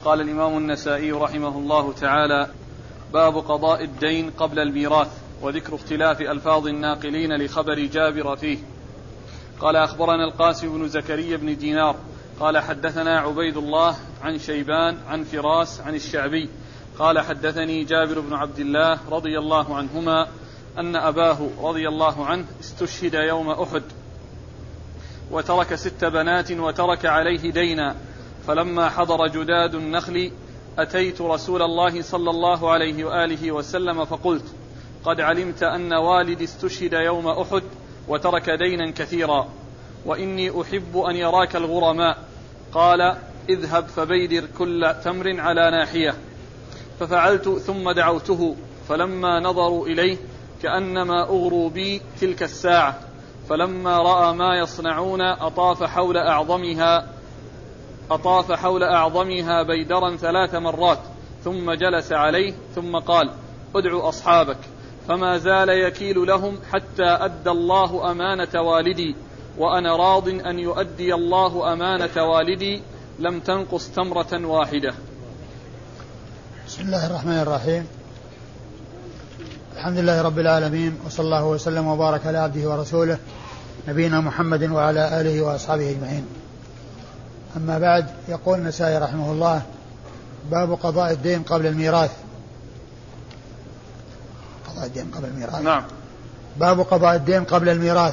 قال الإمام النسائي رحمه الله تعالى: باب قضاء الدين قبل الميراث، وذكر اختلاف ألفاظ الناقلين لخبر جابر فيه. قال: أخبرنا القاسم بن زكريا بن دينار قال: حدثنا عبيد الله عن شيبان عن فراس عن الشعبي قال: حدثني جابر بن عبد الله رضي الله عنهما أن أباه رضي الله عنه استشهد يوم أحد، وترك 6 بنات وترك عليه دينا، فلما حضر جداد النخل أتيت رسول الله صلى الله عليه وآله وسلم فقلت: قد علمت أن والدي استشهد يوم أحد وترك دينا كثيرا، وإني أحب أن يراك الغرماء. قال: اذهب فبيدر كل تمر على ناحية. ففعلت ثم دعوته، فلما نظروا إليه كأنما أغروا بي تلك الساعة، فلما رأى ما يصنعون أطاف حول أعظمها بيدرا 3 مرات، ثم جلس عليه ثم قال: ادعوا أصحابك. فما زال يكيل لهم حتى أدى الله أمانة والدي، وأنا راض أن يؤدي الله أمانة والدي، لم تنقص تمرة واحدة. بسم الله الرحمن الرحيم. الحمد لله رب العالمين، وصلى الله وسلم وبارك على عبده ورسوله نبينا محمد وعلى آله وأصحابه أجمعين. أما بعد، يقول النسائي رحمه الله: باب قضاء الدين قبل الميراث. قضاء الدين قبل الميراث. نعم. باب قضاء الدين قبل الميراث.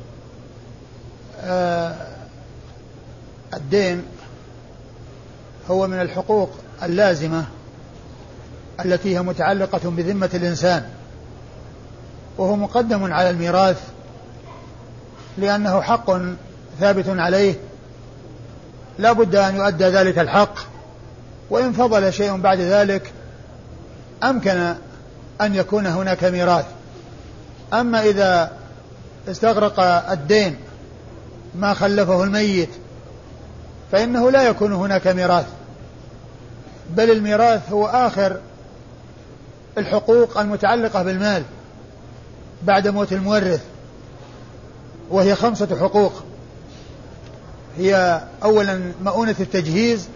الدين هو من الحقوق اللازمة التي هي متعلقة بذمة الإنسان، وهو مقدم على الميراث لأنه حق ثابت عليه لا بد أن يؤدى ذلك الحق، وإن فضل شيء بعد ذلك أمكن أن يكون هناك ميراث. أما إذا استغرق الدين ما خلفه الميت فإنه لا يكون هناك ميراث، بل الميراث هو آخر الحقوق المتعلقة بالمال بعد موت المورث، وهي 5 حقوق. هي أولا مؤونة التجهيز،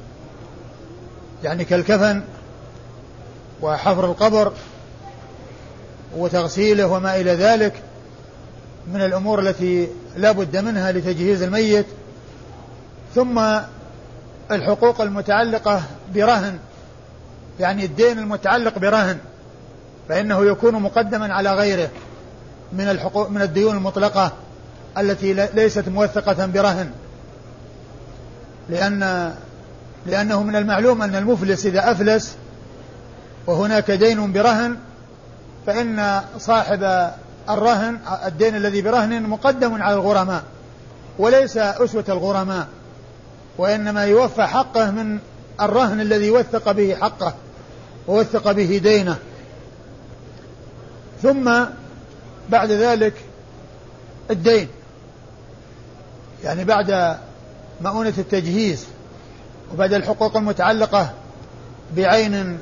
يعني كالكفن وحفر القبر وتغسيله وما إلى ذلك من الأمور التي لا بد منها لتجهيز الميت. ثم الحقوق المتعلقة برهن، يعني الدين المتعلق برهن فإنه يكون مقدما على غيره من الحقوق من الديون المطلقة التي ليست موثقة برهن، لأنه من المعلوم أن المفلس إذا أفلس وهناك دين برهن فإن صاحب الرهن الدين الذي برهن مقدم على الغرماء وليس أسوة الغرماء، وإنما يوفى حقه من الرهن الذي وثق به حقه ووثق به دينه. ثم بعد ذلك الدين، يعني بعد مؤونة التجهيز وبعد الحقوق المتعلقة بعين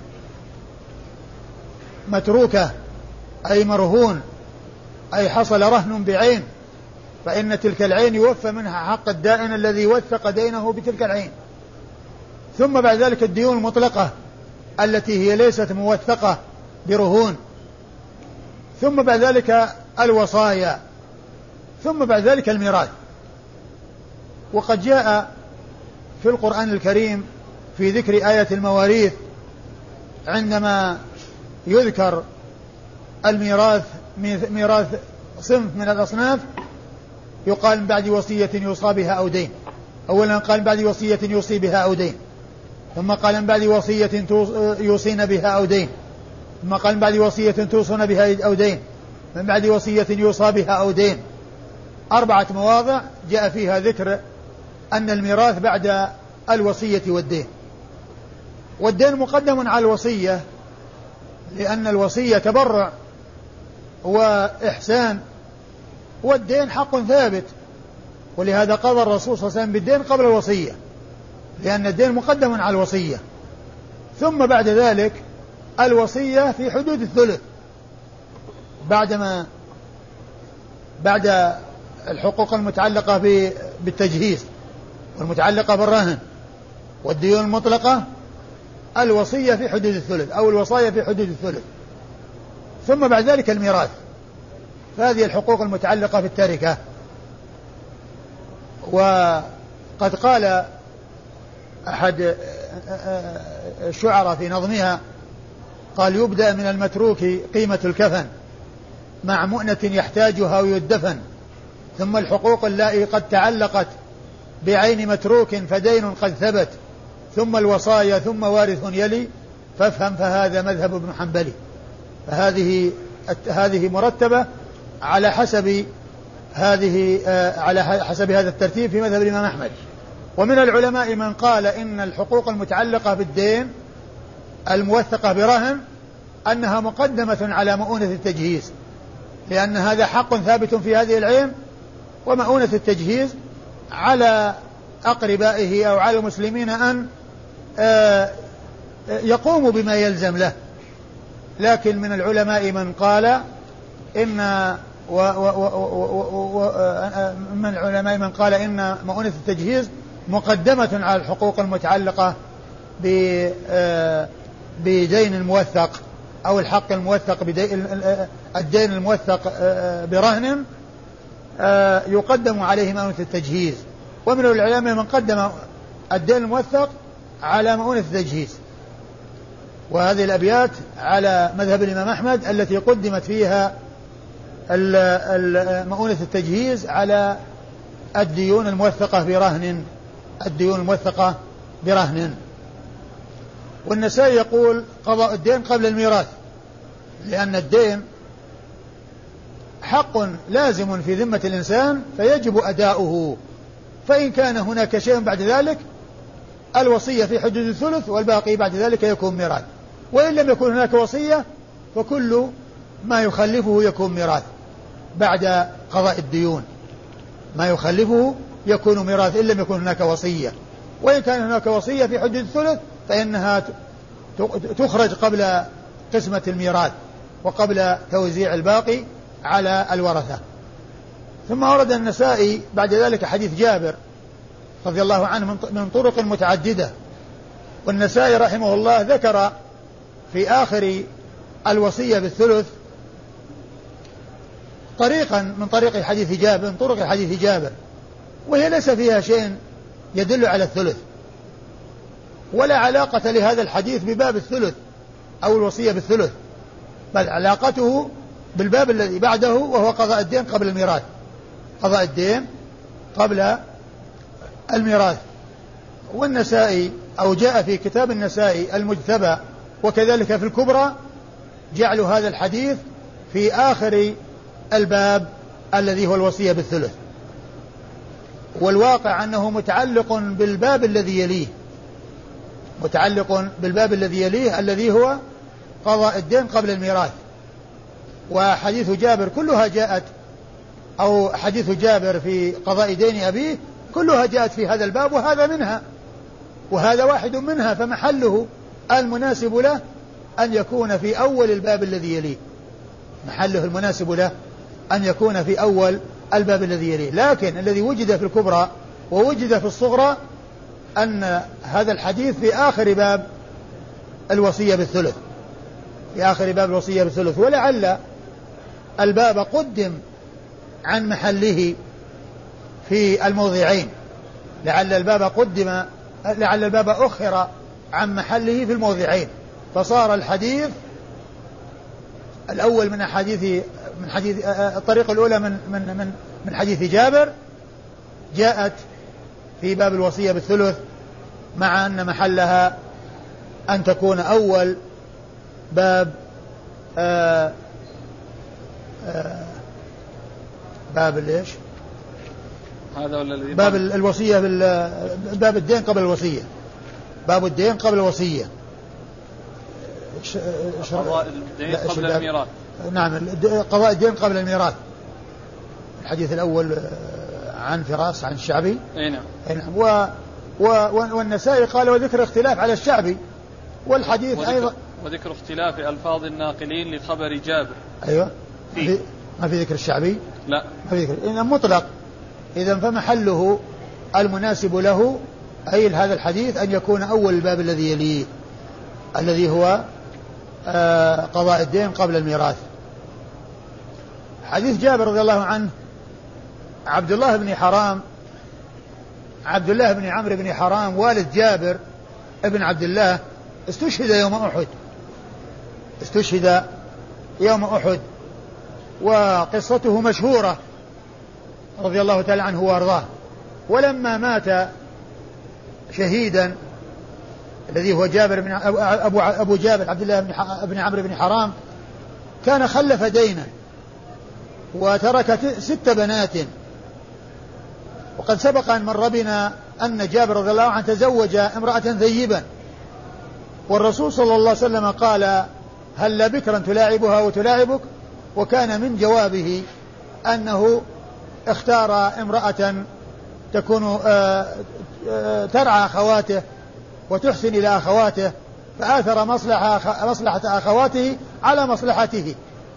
متروكة أي مرهون أي حصل رهن بعين، فإن تلك العين يوفى منها حق الدائن الذي وثق دينه بتلك العين. ثم بعد ذلك الديون المطلقة التي هي ليست موثقة برهون. ثم بعد ذلك الوصايا. ثم بعد ذلك الميراث. وقد جاء في القرآن الكريم في ذكر آية المواريث عندما يذكر الميراث ميراث صنف من الأصناف، يقال من بعد وصية يوصى بها أو دين. أولا قال من بعد وصية يوصي بها أو دين، ثم قال من بعد وصية يوصين بها أو دين، ثم قال من بعد وصية توصون بها أو دين، من بعد وصية يوصى بها أو دين. 4 مواضع جاء فيها ذكر أن الميراث بعد الوصية والدين. والدين مقدم على الوصية لأن الوصية تبرع وإحسان، والدين حق ثابت، ولهذا قضى الرسول صلى الله عليه وسلم بالدين قبل الوصية لأن الدين مقدم على الوصية. ثم بعد ذلك الوصية في حدود الثلث بعد الحقوق المتعلقة بالتجهيز والمتعلقة بالرهن والديون المطلقة الوصية في حدود الثلث أو الوصايا في حدود الثلث، ثم بعد ذلك الميراث. فهذه الحقوق المتعلقة بالتركة. وقد قال أحد الشعراء في نظمها قال: يبدأ من المتروك قيمة الكفن مع مؤنة يحتاجها ويدفن، ثم الحقوق اللائي قد تعلقت بعين متروك فدين قد ثبت، ثم الوصايا ثم وارث يلي، فافهم فهذا مذهب ابن حنبل. فهذه مرتبة على حسب هذا الترتيب في مذهب الإمام أحمد. ومن العلماء من قال إن الحقوق المتعلقة بالدين الموثقة برهن أنها مقدمة على مؤونة التجهيز، لأن هذا حق ثابت في هذه العين، ومؤونة التجهيز على أقربائه أو على المسلمين أن يقوموا بما يلزم له. لكن من العلماء من قال إن مؤونة التجهيز مقدمة على الحقوق المتعلقة بدين الموثق أو الحق الموثق الدين الموثق برهن يقدم عليه مؤونة التجهيز. ومن العلماء من قدم الدين الموثق على مؤونة التجهيز. وهذه الأبيات على مذهب الإمام أحمد التي قدمت فيها مؤونة التجهيز على الديون الموثقة برهن. والنسائي يقول: قضاء الدين قبل الميراث، لأن الدين حق لازم في ذمة الإنسان فيجب أداؤه، فإن كان هناك شيء بعد ذلك الوصية في حدود الثلث، والباقي بعد ذلك يكون ميراث. وإن لم يكن هناك وصية فكل ما يخلفه يكون ميراث بعد قضاء الديون، ما يخلفه يكون ميراث إن لم يكن هناك وصية. وإن كان هناك وصية في حدود الثلث فإنها تخرج قبل قسمة الميراث وقبل توزيع الباقي على الورثة. ثم ورد النسائي بعد ذلك حديث جابر رضي الله عنه من طرق متعددة. والنسائي رحمه الله ذكر في آخر الوصية بالثلث طريقا من طرق حديث جابر، وهي ليس فيها شيء يدل على الثلث، ولا علاقة لهذا الحديث بباب الثلث أو الوصية بالثلث، بل علاقته بالباب الذي بعده وهو قضاء الدين قبل الميراث. قضاء الدين قبل الميراث. والنسائي أو جاء في كتاب النسائي المجتبى وكذلك في الكبرى جعلوا هذا الحديث في آخر الباب الذي هو الوصية بالثلث، والواقع أنه متعلق بالباب الذي يليه الذي هو قضاء الدين قبل الميراث. وحديث جابر كلها جاءت، أو حديث جابر في قضاء دين أبيه كلها جاءت في هذا الباب، وهذا منها وهذا واحد منها، فمحله المناسب له أن يكون في أول الباب الذي يليه، محله المناسب له أن يكون في أول الباب الذي يليه. لكن الذي وجد في الكبرى ووجد في الصغرى أن هذا الحديث في آخر باب الوصية بالثلث، ولعل الباب قدم عن محله في الموضعين، لعل الباب أخر عن محله في الموضعين، فصار الحديث الأول من حديث الطريقة الأولى من حديث جابر جاءت في باب الوصية بالثلث، مع أن محلها أن تكون أول باب باب ليش؟ هذا ولا الذي باب الوصية باب الدين قبل الوصية، باب الدين قبل الوصية، قضاء الدين قبل الميراث. نعم، قضاء الدين قبل الميراث. الحديث الأول عن فراس عن الشعبي. نعم. والنسائي قال وذكر اختلاف على الشعبي، والحديث أيضا وذكر اختلاف ألفاظ الناقلين لخبر جابر. أيوة، ما في ذكر الشعبي، لا ما في ذكر، إذا مطلق، إذا فمحله المناسب له أي هذا الحديث أن يكون أول الباب الذي يليه، الذي هو قضاء الدين قبل الميراث. حديث جابر رضي الله عنه، عبد الله بن عمرو بن حرام والد جابر ابن عبد الله استشهد يوم أحد، وقصته مشهورة رضي الله تعالى عنه وارضاه. ولما مات شهيدا الذي هو جابر بن أبو جابر عبد الله بن عمرو بن حرام، كان خلف دينا وترك 6 بنات. وقد سبق أن مر بنا أن جابر رضي الله عنه تزوج امرأة ثيبا، والرسول صلى الله عليه وسلم قال: هل بكرا تلاعبها وتلاعبك؟ وكان من جوابه أنه اختار امرأة تكون ترعى أخواته وتحسن إلى أخواته، فآثر مصلحة أخواته على مصلحته،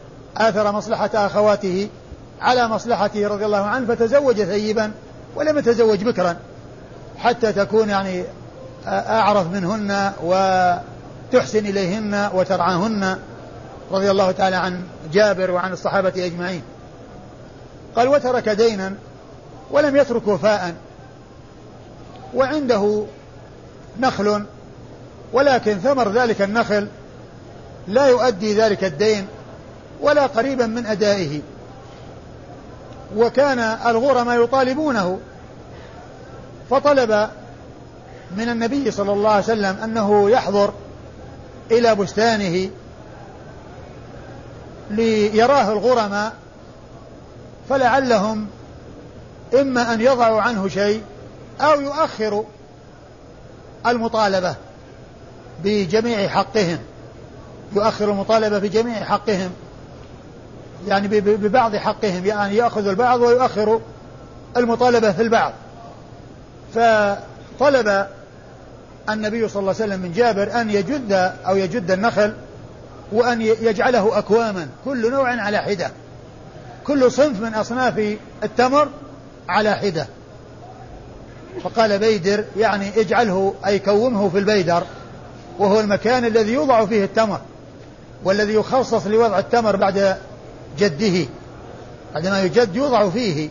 رضي الله عنه، فتزوج ثيبا ولم يتزوج بكرا حتى تكون يعني أعرف منهن وتحسن إليهن وترعاهن، رضي الله تعالى عن جابر وعن الصحابة أجمعين. قال: وترك دينا ولم يترك وفاء، وعنده نخل، ولكن ثمر ذلك النخل لا يؤدي ذلك الدين ولا قريبا من أدائه، وكان الغرماء يطالبونه، فطلب من النبي صلى الله عليه وسلم أنه يحضر إلى بستانه ليراه الغرماء، فلعلهم إما أن يضعوا عنه شيء أو يؤخروا المطالبة بجميع حقهم، يعني ببعض حقهم، يعني يأخذ البعض ويؤخر المطالبة في البعض. فطلب النبي صلى الله عليه وسلم من جابر أن يجد النخل، وأن يجعله أكواما، كل نوع على حدة، كل صنف من أصناف التمر على حدة. فقال بيدر، يعني اجعله أي كومه في البيدر، وهو المكان الذي يوضع فيه التمر والذي يخصص لوضع التمر بعد جده، عندما يجد يوضع فيه،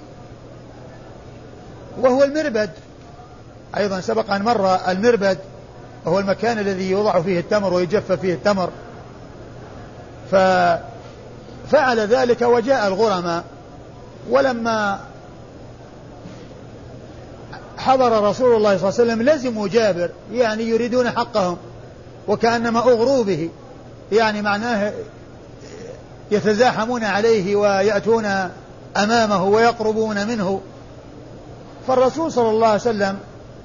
وهو المربد أيضا سبق أن مر. المربد وهو المكان الذي يوضع فيه التمر ويجف فيه التمر. ففعل ذلك وجاء الغرماء، ولما حضر رسول الله صلى الله عليه وسلم لزموا جابر، يعني يريدون حقهم، وكأنما أغروا به، يعني معناه يتزاحمون عليه ويأتون أمامه ويقربون منه. فالرسول صلى الله عليه وسلم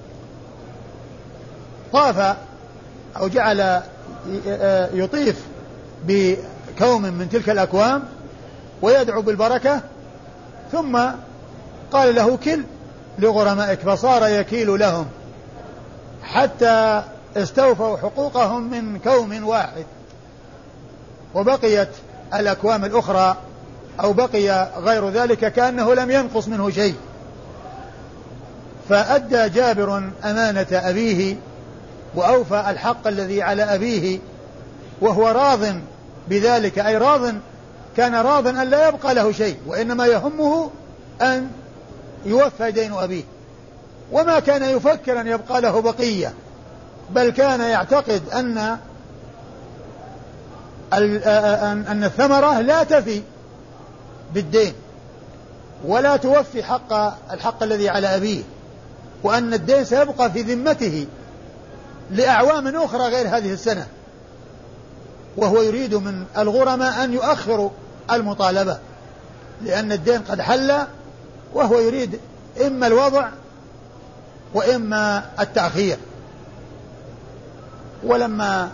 طاف أو جعل يطيف بكوم من تلك الأكوام ويدعو بالبركة، ثم قال له: كل لغرمائك، فصار يكيل لهم حتى استوفوا حقوقهم من كوم واحد، وبقيت الأكوام الأخرى أو بقي غير ذلك كأنه لم ينقص منه شيء. فأدى جابر أمانة أبيه وأوفى الحق الذي على أبيه، وهو راض بذلك، أي كان راض أن لا يبقى له شيء، وإنما يهمه أن يوفى دين أبيه، وما كان يفكر أن يبقى له بقية، بل كان يعتقد أن الثمرة لا تفي بالدين ولا توفي الحق الذي على أبيه، وأن الدين سيبقى في ذمته لأعوام أخرى غير هذه السنة، وهو يريد من الغرماء أن يؤخروا المطالبة، لأن الدين قد حل، وهو يريد إما الوضع وإما التأخير. ولما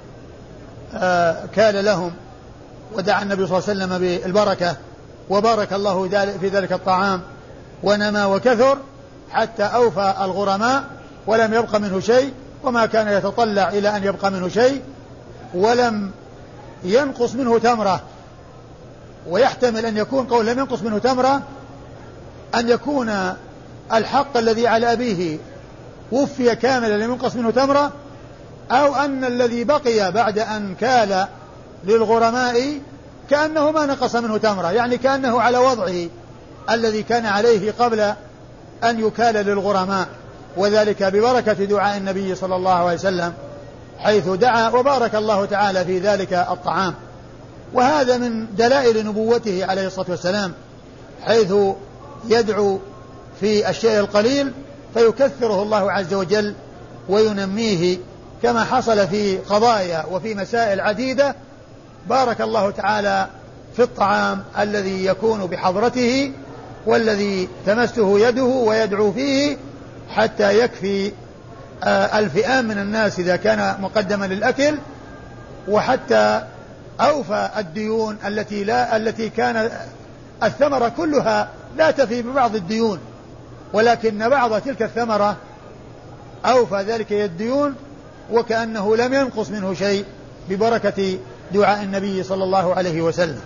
كال لهم ودعا النبي صلى الله عليه وسلم بالبركة، وبارك الله في ذلك الطعام ونمى وكثر حتى أوفى الغرماء ولم يبق منه شيء، وما كان يتطلع إلى أن يبقى منه شيء، ولم ينقص منه تمرة. ويحتمل أن يكون قول لم ينقص منه تمرة أن يكون الحق الذي على أبيه وفي كاملا لم ينقص منه تمرة، أو أن الذي بقي بعد أن كال للغرماء كأنه ما نقص منه تمرة، يعني كأنه على وضعه الذي كان عليه قبل أن يكال للغرماء، وذلك ببركة دعاء النبي صلى الله عليه وسلم حيث دعا وبارك الله تعالى في ذلك الطعام. وهذا من دلائل نبوته عليه الصلاة والسلام، حيث يدعو في الشيء القليل فيكثره الله عز وجل وينميه، كما حصل في قضايا وفي مسائل عديدة بارك الله تعالى في الطعام الذي يكون بحضرته والذي تمسه يده ويدعو فيه حتى يكفي الفئام من الناس إذا كان مقدما للأكل، وحتى أوفى الديون التي كان الثمرة كلها لا تفي ببعض الديون، ولكن بعض تلك الثمرة أوفى ذلك الديون وكأنه لم ينقص منه شيء ببركة دعاء النبي صلى الله عليه وسلم.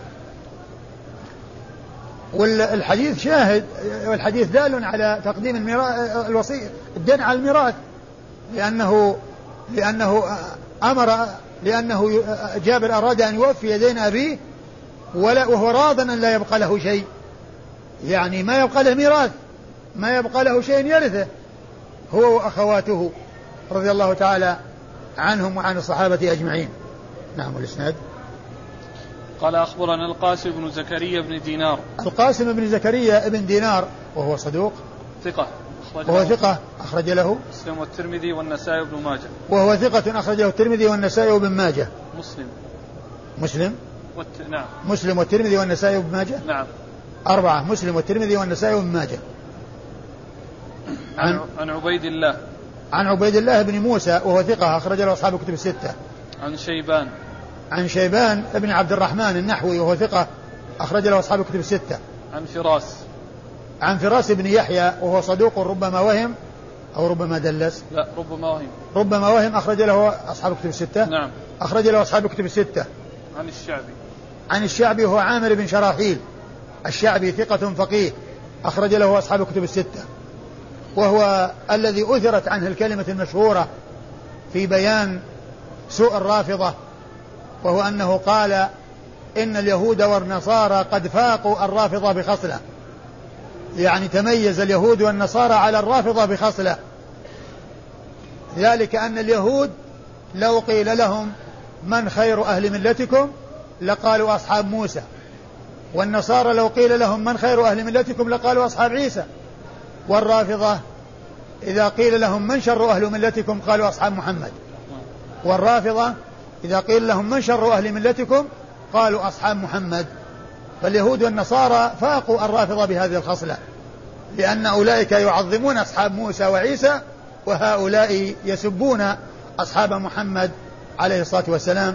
والحديث شاهد، والحديث دال على تقديم الوصية الدين على الميراث، لأنه جابر أراد أن يوفي دين أبيه وهو راض أن لا يبقى له شيء، يعني ما يبقى له ميراث، ما يبقى له شيء يرثه هو وأخواته رضي الله تعالى عنهم وعن الصحابة أجمعين. نعم. والإسناد قال أخبرنا القاسم بن زكريا بن دينار. القاسم بن زكريا بن دينار وهو صدوق ثقة أخرج له مسلم والترمذي والنسائي وابن ماجه. وهو ثقة أخرجه الترمذي والنسائي وابن ماجه. نعم. مسلم والترمذي والنسائي وابن ماجه. نعم. 4. مسلم والترمذي والنسائي وابن ماجه. عن عبيد الله بن موسى وهو ثقة أخرج له أصحاب الكتب الستة. عن شيبان بن عبد الرحمن النحوي وهو ثقة أخرج له أصحاب الكتب الستة. عن فراس بن يحيى وهو صدوق ربما وهم أو ربما دلس. لا ربما وهم أخرج له أصحاب الكتب الستة. نعم. أخرج له أصحاب الكتب الستة. عن الشعبي وهو عامر بن شراحيل الشعبي ثقة فقيه أخرج له أصحاب الكتب الستة، وهو الذي أثرت عنه الكلمة المشهورة في بيان سوء الرافضة، وهو أنه قال إن اليهود والنصارى قد فاقوا الرافضة بخصلة، يعني تميز اليهود والنصارى على الرافضة بخصلة، ذلك أن اليهود لو قيل لهم من خير أهل ملتكم لقالوا أصحاب موسى، والنصارى لو قيل لهم من خير أهل ملتكم لقالوا أصحاب عيسى، والرافضة إذا قيل لهم من شر أهل ملتكم قالوا أصحاب محمد، والرافضة إذا قيل لهم من شر أهل ملتكم قالوا أصحاب محمد. فاليهود والنصارى فاقوا الرافضة بهذه الخصلة، لأن أولئك يعظمون أصحاب موسى وعيسى، وهؤلاء يسبون أصحاب محمد عليه الصلاة والسلام.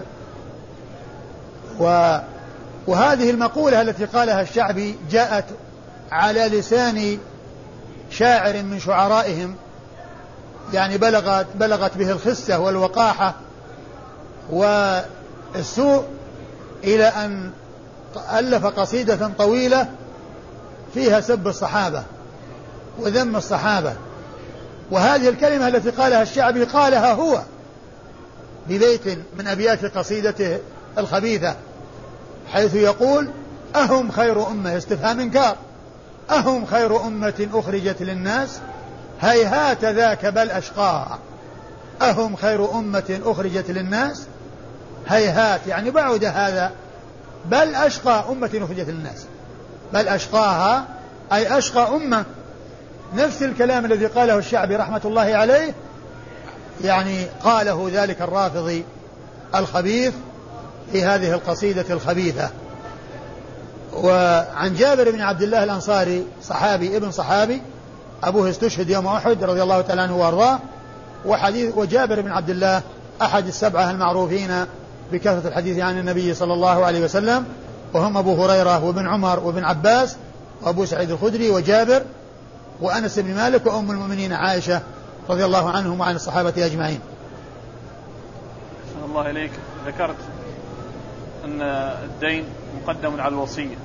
وهذه المقولة التي قالها الشعبي جاءت على لسان شاعر من شعرائهم، يعني بلغت به الخسة والوقاحة والسوء إلى أن ألف قصيدة طويلة فيها سب الصحابة وذم الصحابة. وهذه الكلمة التي قالها الشعبي قالها هو ببيت من أبيات قصيدته الخبيثة، حيث يقول أهم خير أمة، استفهام إنكار، أهم خير أمة أخرجت للناس هيهات ذاك بل أشقاها. أهم خير أمة أخرجت للناس هيهات، يعني بعد هذا، بل أشقى أمة أخرجت للناس، بل أشقاها أي أشقى أمة. نفس الكلام الذي قاله الشعبي رحمة الله عليه، يعني قاله ذلك الرافضي الخبيث في هذه القصيدة الخبيثة. وعن جابر بن عبد الله الأنصاري صحابي ابن صحابي أبوه استشهد يوم أحد رضي الله تعالى عنه وأرضاه، وجابر بن عبد الله أحد السبعة المعروفين بكثرة الحديث عن النبي صلى الله عليه وسلم، وهم أبو هريرة وابن عمر وابن عباس وأبو سعيد الخدري وجابر وأنس بن مالك وأم المؤمنين عائشة رضي الله عنهم وعن الصحابة أجمعين. أحسن الله إليك. ذكرت أن الدين مقدم على الوصية.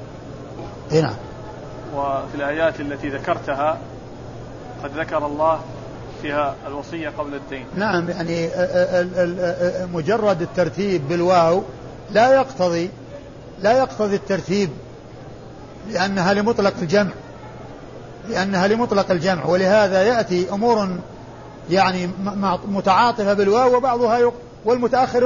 نعم. وفي الآيات التي ذكرتها قد ذكر الله فيها الوصية قبل الدين. نعم، يعني مجرد الترتيب بالواو لا يقتضي الترتيب، لأنها لمطلق الجمع، ولهذا يأتي أمور يعني متعاطفة بالواو، وبعضها والمتأخر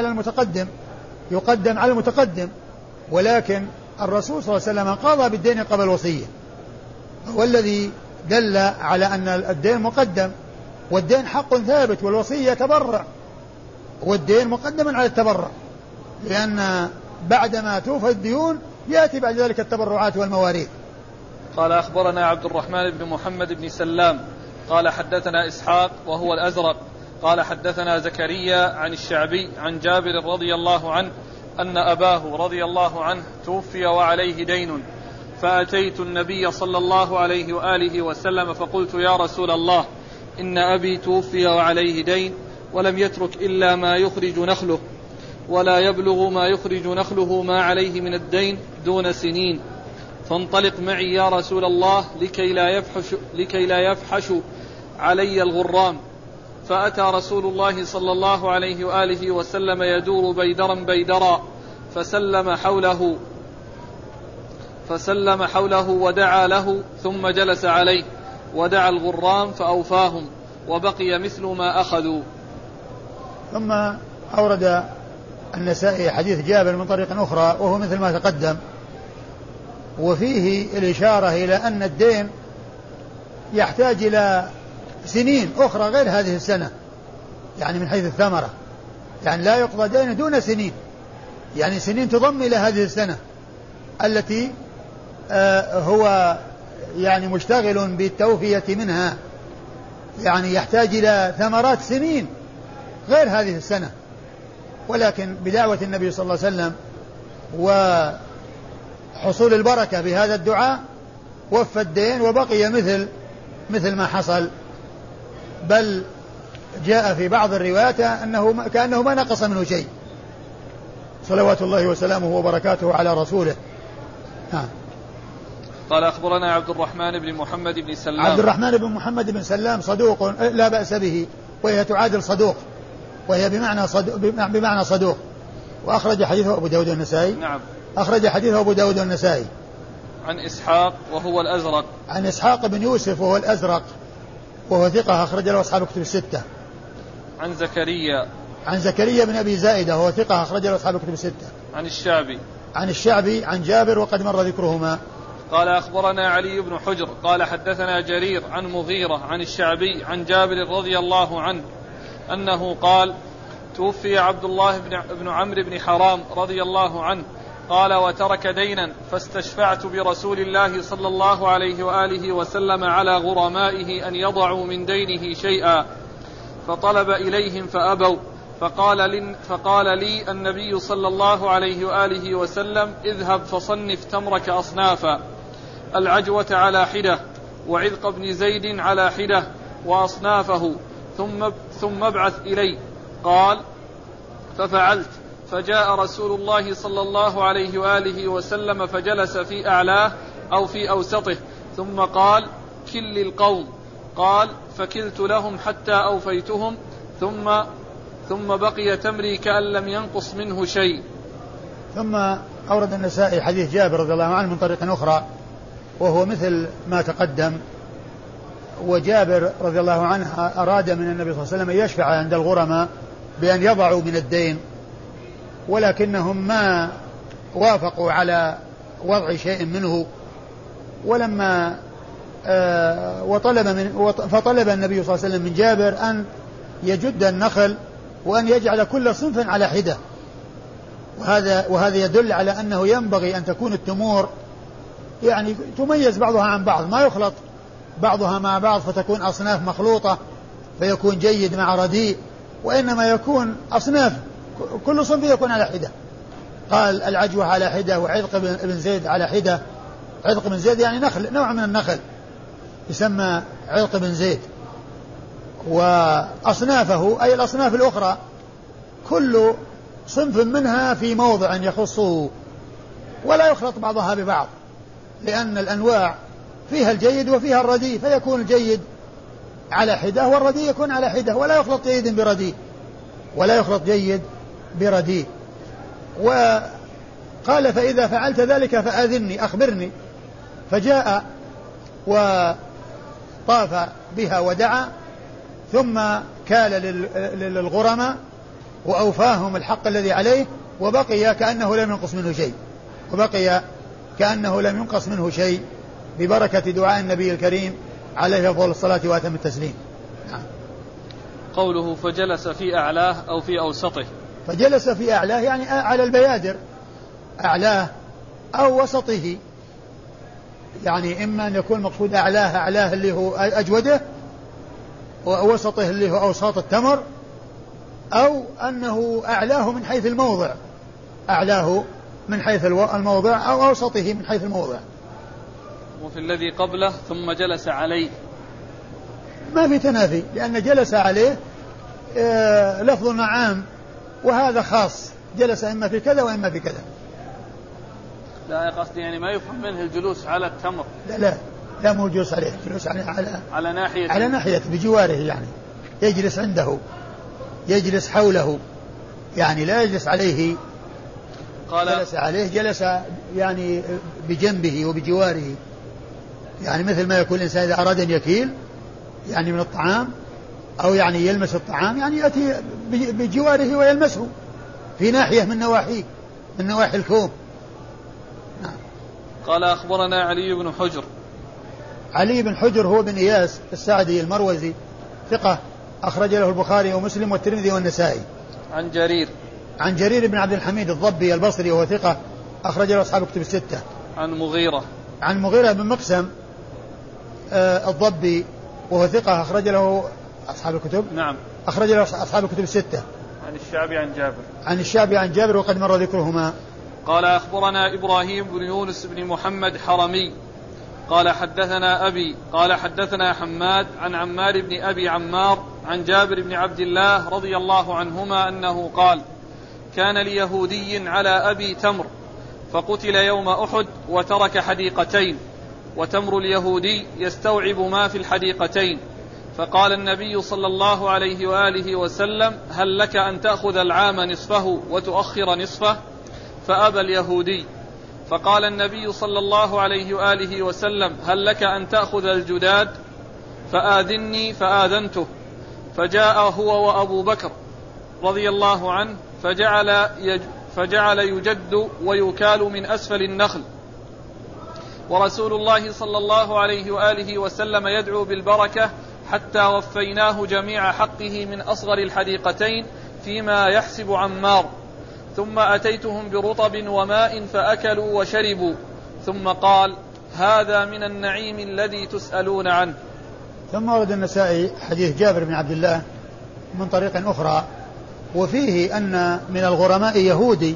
يقدم على المتقدم، ولكن الرسول صلى الله عليه وسلم قضى بالدين قبل الوصية، والذي دل على أن الدين مقدم، والدين حق ثابت، والوصية تبرع، والدين مقدم على التبرع، لأن بعدما توفى الديون يأتي بعد ذلك التبرعات والمواريث. قال أخبرنا عبد الرحمن بن محمد بن سلام قال حدثنا إسحاق وهو الأزرق قال حدثنا زكريا عن الشعبي عن جابر رضي الله عنه أن أباه رضي الله عنه توفي وعليه دين، فأتيت النبي صلى الله عليه وآله وسلم فقلت يا رسول الله إن أبي توفي وعليه دين ولم يترك إلا ما يخرج نخله، ولا يبلغ ما يخرج نخله ما عليه من الدين دون سنين، فانطلق معي يا رسول الله لكي لا يفحش علي الغرام. فأتى رسول الله صلى الله عليه وآله وسلم يدور بيدرا فسلم حوله ودعا له، ثم جلس عليه ودعا الغرام فأوفاهم، وبقي مثل ما أخذوا. ثم أورد النسائي حديث جابر من طريق أخرى وهو مثل ما تقدم، وفيه الإشارة إلى أن الدين يحتاج إلى سنين أخرى غير هذه السنة، يعني من حيث الثمرة، يعني لا يقضى دين دون سنين، يعني سنين تضم إلى هذه السنة التي هو يعني مشتغل بالتوفية منها، يعني يحتاج إلى ثمرات سنين غير هذه السنة، ولكن بدعوة النبي صلى الله عليه وسلم وحصول البركة بهذا الدعاء وفى الدين وبقي مثل ما حصل، بل جاء في بعض الروايات أنه كأنه ما نقص منه شيء، صلوات الله وسلامه وبركاته على رسوله. قال أخبرنا عبد الرحمن بن محمد بن سلام. عبد الرحمن بن محمد بن سلام صدوق لا بأس به، وهي تعادل صدوق، وهي بمعنى صدوق، وأخرج حديثه أبو داود والنسائي. نعم، أخرج حديثه أبو داود والنسائي. عن إسحاق وهو الأزرق. عن إسحاق بن يوسف وهو الأزرق وهو ثقة أخرج له أصحاب الكتب الستة. عن زكريا بن أبي زائدة وهو ثقة أخرج له أصحاب الكتب الستة. عن الشعبي عن جابر وقد مر ذكرهما. قال أخبرنا علي بن حجر قال حدثنا جرير عن مغيرة عن الشعبي عن جابر رضي الله عنه أنه قال توفي عبد الله بن عمرو بن حرام رضي الله عنه قال وترك دينا، فاستشفعت برسول الله صلى الله عليه وآله وسلم على غرمائه أن يضعوا من دينه شيئا، فطلب إليهم فأبوا، فقال لي النبي صلى الله عليه وآله وسلم اذهب فصنف تمرك أصنافا، العجوة على حدة، وعذق بن زيد على حدة، وأصنافه، ثم ابعث إلي. قال ففعلت، فجاء رسول الله صلى الله عليه وآله وسلم فجلس في أعلاه أو في أوسطه، ثم قال كل القوم. قال فكلت لهم حتى أوفيتهم، ثم بقي تمري كأن لم ينقص منه شيء. ثم أورد النسائي حديث جابر رضي الله عنه من طريق أخرى وهو مثل ما تقدم. وجابر رضي الله عنه أراد من النبي صلى الله عليه وسلم أن يشفع عند الغرماء بأن يضعوا من الدين، ولكنهم ما وافقوا على وضع شيء منه، ولما فطلب النبي صلى الله عليه وسلم من جابر أن يجد النخل وأن يجعل كل صنف على حدة، وهذا يدل على أنه ينبغي أن تكون التمور يعني تميز بعضها عن بعض، ما يخلط بعضها مع بعض فتكون أصناف مخلوطة فيكون جيد مع رديء، وإنما يكون أصناف كل صنف يكون على حدة. قال العجوة على حدة، وعذق بن زيد على حدة. عذق بن زيد يعني نخل، نوع من النخل يسمى عذق بن زيد. وأصنافه أي الأصناف الأخرى كل صنف منها في موضع يخصه، ولا يخلط بعضها ببعض، لأن الأنواع فيها الجيد وفيها الرديء، فيكون الجيد على حدة والرديء يكون على حدة، ولا يخلط جيد برديء، ولا يخلط جيد برديء. وقال فإذا فعلت ذلك فآذني أخبرني. فجاء وطاف بها ودعا، ثم كال للغرماء وأوفاهم الحق الذي عليه، وبقي كأنه لم ينقص منه شيء، وبقي كأنه لم ينقص منه شيء ببركة دعاء النبي الكريم عليه أفضل الصلاة وأتم التسليم. نعم. قوله فجلس في أعلاه أو في أوسطه. فجلس في أعلاه يعني على البيادر، أعلاه أو وسطه، يعني إما أن يكون مقصود أعلاه اللي هو أجوده، ووسطه اللي هو أوساط التمر، أو أنه أعلاه من حيث الموضع، أعلاه من حيث الموضع أو أوسطه من حيث الموضع. وفي الذي قبله ثم جلس عليه ما في تنافي، لأن جلس عليه لفظ عام وهذا خاص، جلس إما في كذا وإما في كذا. لا قصدي يعني ما يفهم منه الجلوس على التمر. لا مو جلوس عليه، جلوس على ناحية بجواره، يعني يجلس عنده، يجلس حوله، يعني لا يجلس عليه. جلس عليه، جلس يعني بجنبه وبجواره، يعني مثل ما يكون الإنسان إذا أراد أن يكيل يعني من الطعام أو يعني يلمس الطعام، يعني يأتي بجواره ويلمسه في ناحية من نواحي الكوم. نعم. قال أخبرنا علي بن حجر. علي بن حجر هو بن إياس السعدي المروزي، ثقة، أخرج له البخاري ومسلم والترمذي والنسائي. عن جرير بن عبد الحميد الضبي البصري وهو ثقة، أخرج له أصحاب الكتب الستة. عن مغيرة بن مقسم الضبي وهو ثقة، أخرج له أصحاب الكتب. نعم. أخرج له أصحاب الكتب الستة. عن الشعبي عن جابر وقد مر ذكرهما. قال أخبرنا إبراهيم بن يونس بن محمد حرمي قال حدثنا أبي قال حدثنا حماد عن عمار بن أبي عمار عن جابر بن عبد الله رضي الله عنهما أنه قال كان ليهودي على أبي تمر فقتل يوم أحد وترك حديقتين، وتمر اليهودي يستوعب ما في الحديقتين، فقال النبي صلى الله عليه وآله وسلم هل لك أن تأخذ العام نصفه وتؤخر نصفه؟ فأبى اليهودي، فقال النبي صلى الله عليه وآله وسلم هل لك أن تأخذ الجداد؟ فآذني فآذنته، فجاء هو وأبو بكر رضي الله عنه فجعل يجد ويكال من أسفل النخل، ورسول الله صلى الله عليه وآله وسلم يدعو بالبركة حتى وفيناه جميع حقه من أصغر الحديقتين فيما يحسب عمار، ثم أتيتهم برطب وماء فأكلوا وشربوا، ثم قال هذا من النعيم الذي تسألون عنه. ثم ورد النسائي حديث جابر بن عبد الله من طريق أخرى، وفيه أن من الغرماء يهودي،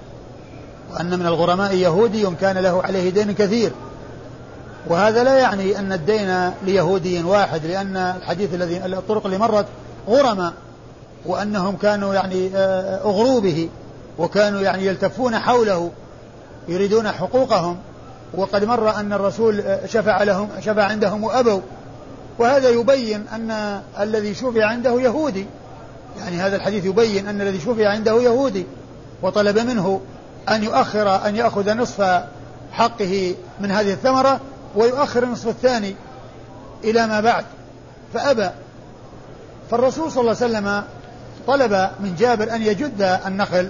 وأن من الغرماء يهودي كان له عليه دين كثير، وهذا لا يعني أن الدين ليهودي واحد، لأن الحديث الطرق اللي مرت غرماء، وأنهم كانوا يعني أغروا به، وكانوا يعني يلتفون حوله يريدون حقوقهم، وقد مر أن الرسول شفع عندهم وأبوا، وهذا يبين أن الذي شفع عنده يهودي، يعني هذا الحديث يبين أن الذي شفع عنده يهودي، وطلب منه أن يأخذ نصف حقه من هذه الثمرة ويؤخر النصف الثاني إلى ما بعد، فأبى. فالرسول صلى الله عليه وسلم طلب من جابر أن يجد النخل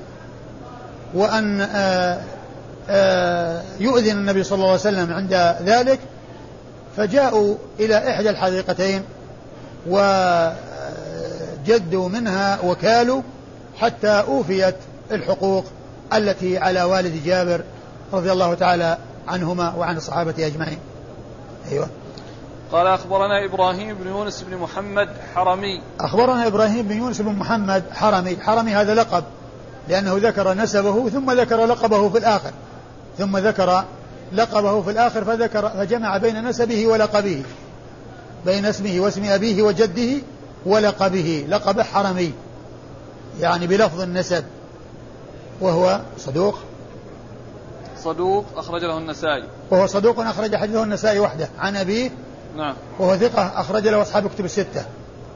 وأن يؤذن النبي صلى الله عليه وسلم عند ذلك، فجاءوا إلى إحدى الحديقتين وجدوا منها وكالوا حتى أوفيت الحقوق التي على والد جابر رضي الله تعالى عنهما وعن الصحابة أجمعين. أيوة. قال أخبرنا إبراهيم بن يونس بن محمد حرمي. أخبرنا إبراهيم بن يونس بن محمد حرمي هذا لقب، لأنه ذكر نسبه ثم ذكر لقبه في الآخر، فجمع بين نسبه ولقبه، بين اسمه واسم أبيه وجده ولقبه، لقبه حرمي يعني بلفظ النسب، وهو صدوق أخرج له النسائي، وهو صدوق أخرج حديثه النسائي وحده عن أبيه نعم. وهو ثقة أخرج له أصحاب كتب الستة.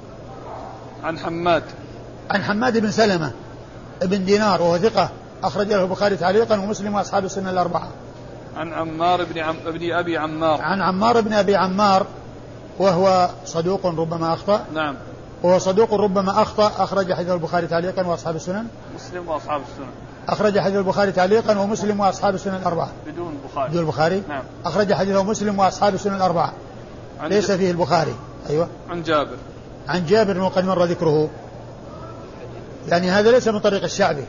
عن حماد بن سلمة ابن دينار وهو ثقة أخرج له البخاري تعليقا ومسلم وأصحاب السنة الأربعة. عن عمار بن أبي عمار. عن عمار بن أبي عمار وهو صدوق ربما أخطأ. نعم. وهو صدوق ربما أخطأ أخرج حديث البخاري تعليقا وأصحاب السنن. مسلم وأصحاب السنن. أخرج حديث البخاري تعليقا ومسلم وأصحاب السنن الأربعة. بدون البخاري. بدون البخاري. نعم. أخرج حديثه مسلم وأصحاب السنن الأربعة. ليس فيه البخاري. أيوة. عن جابر وقد مر ذكره. يعني هذا ليس من طريق الشعبي.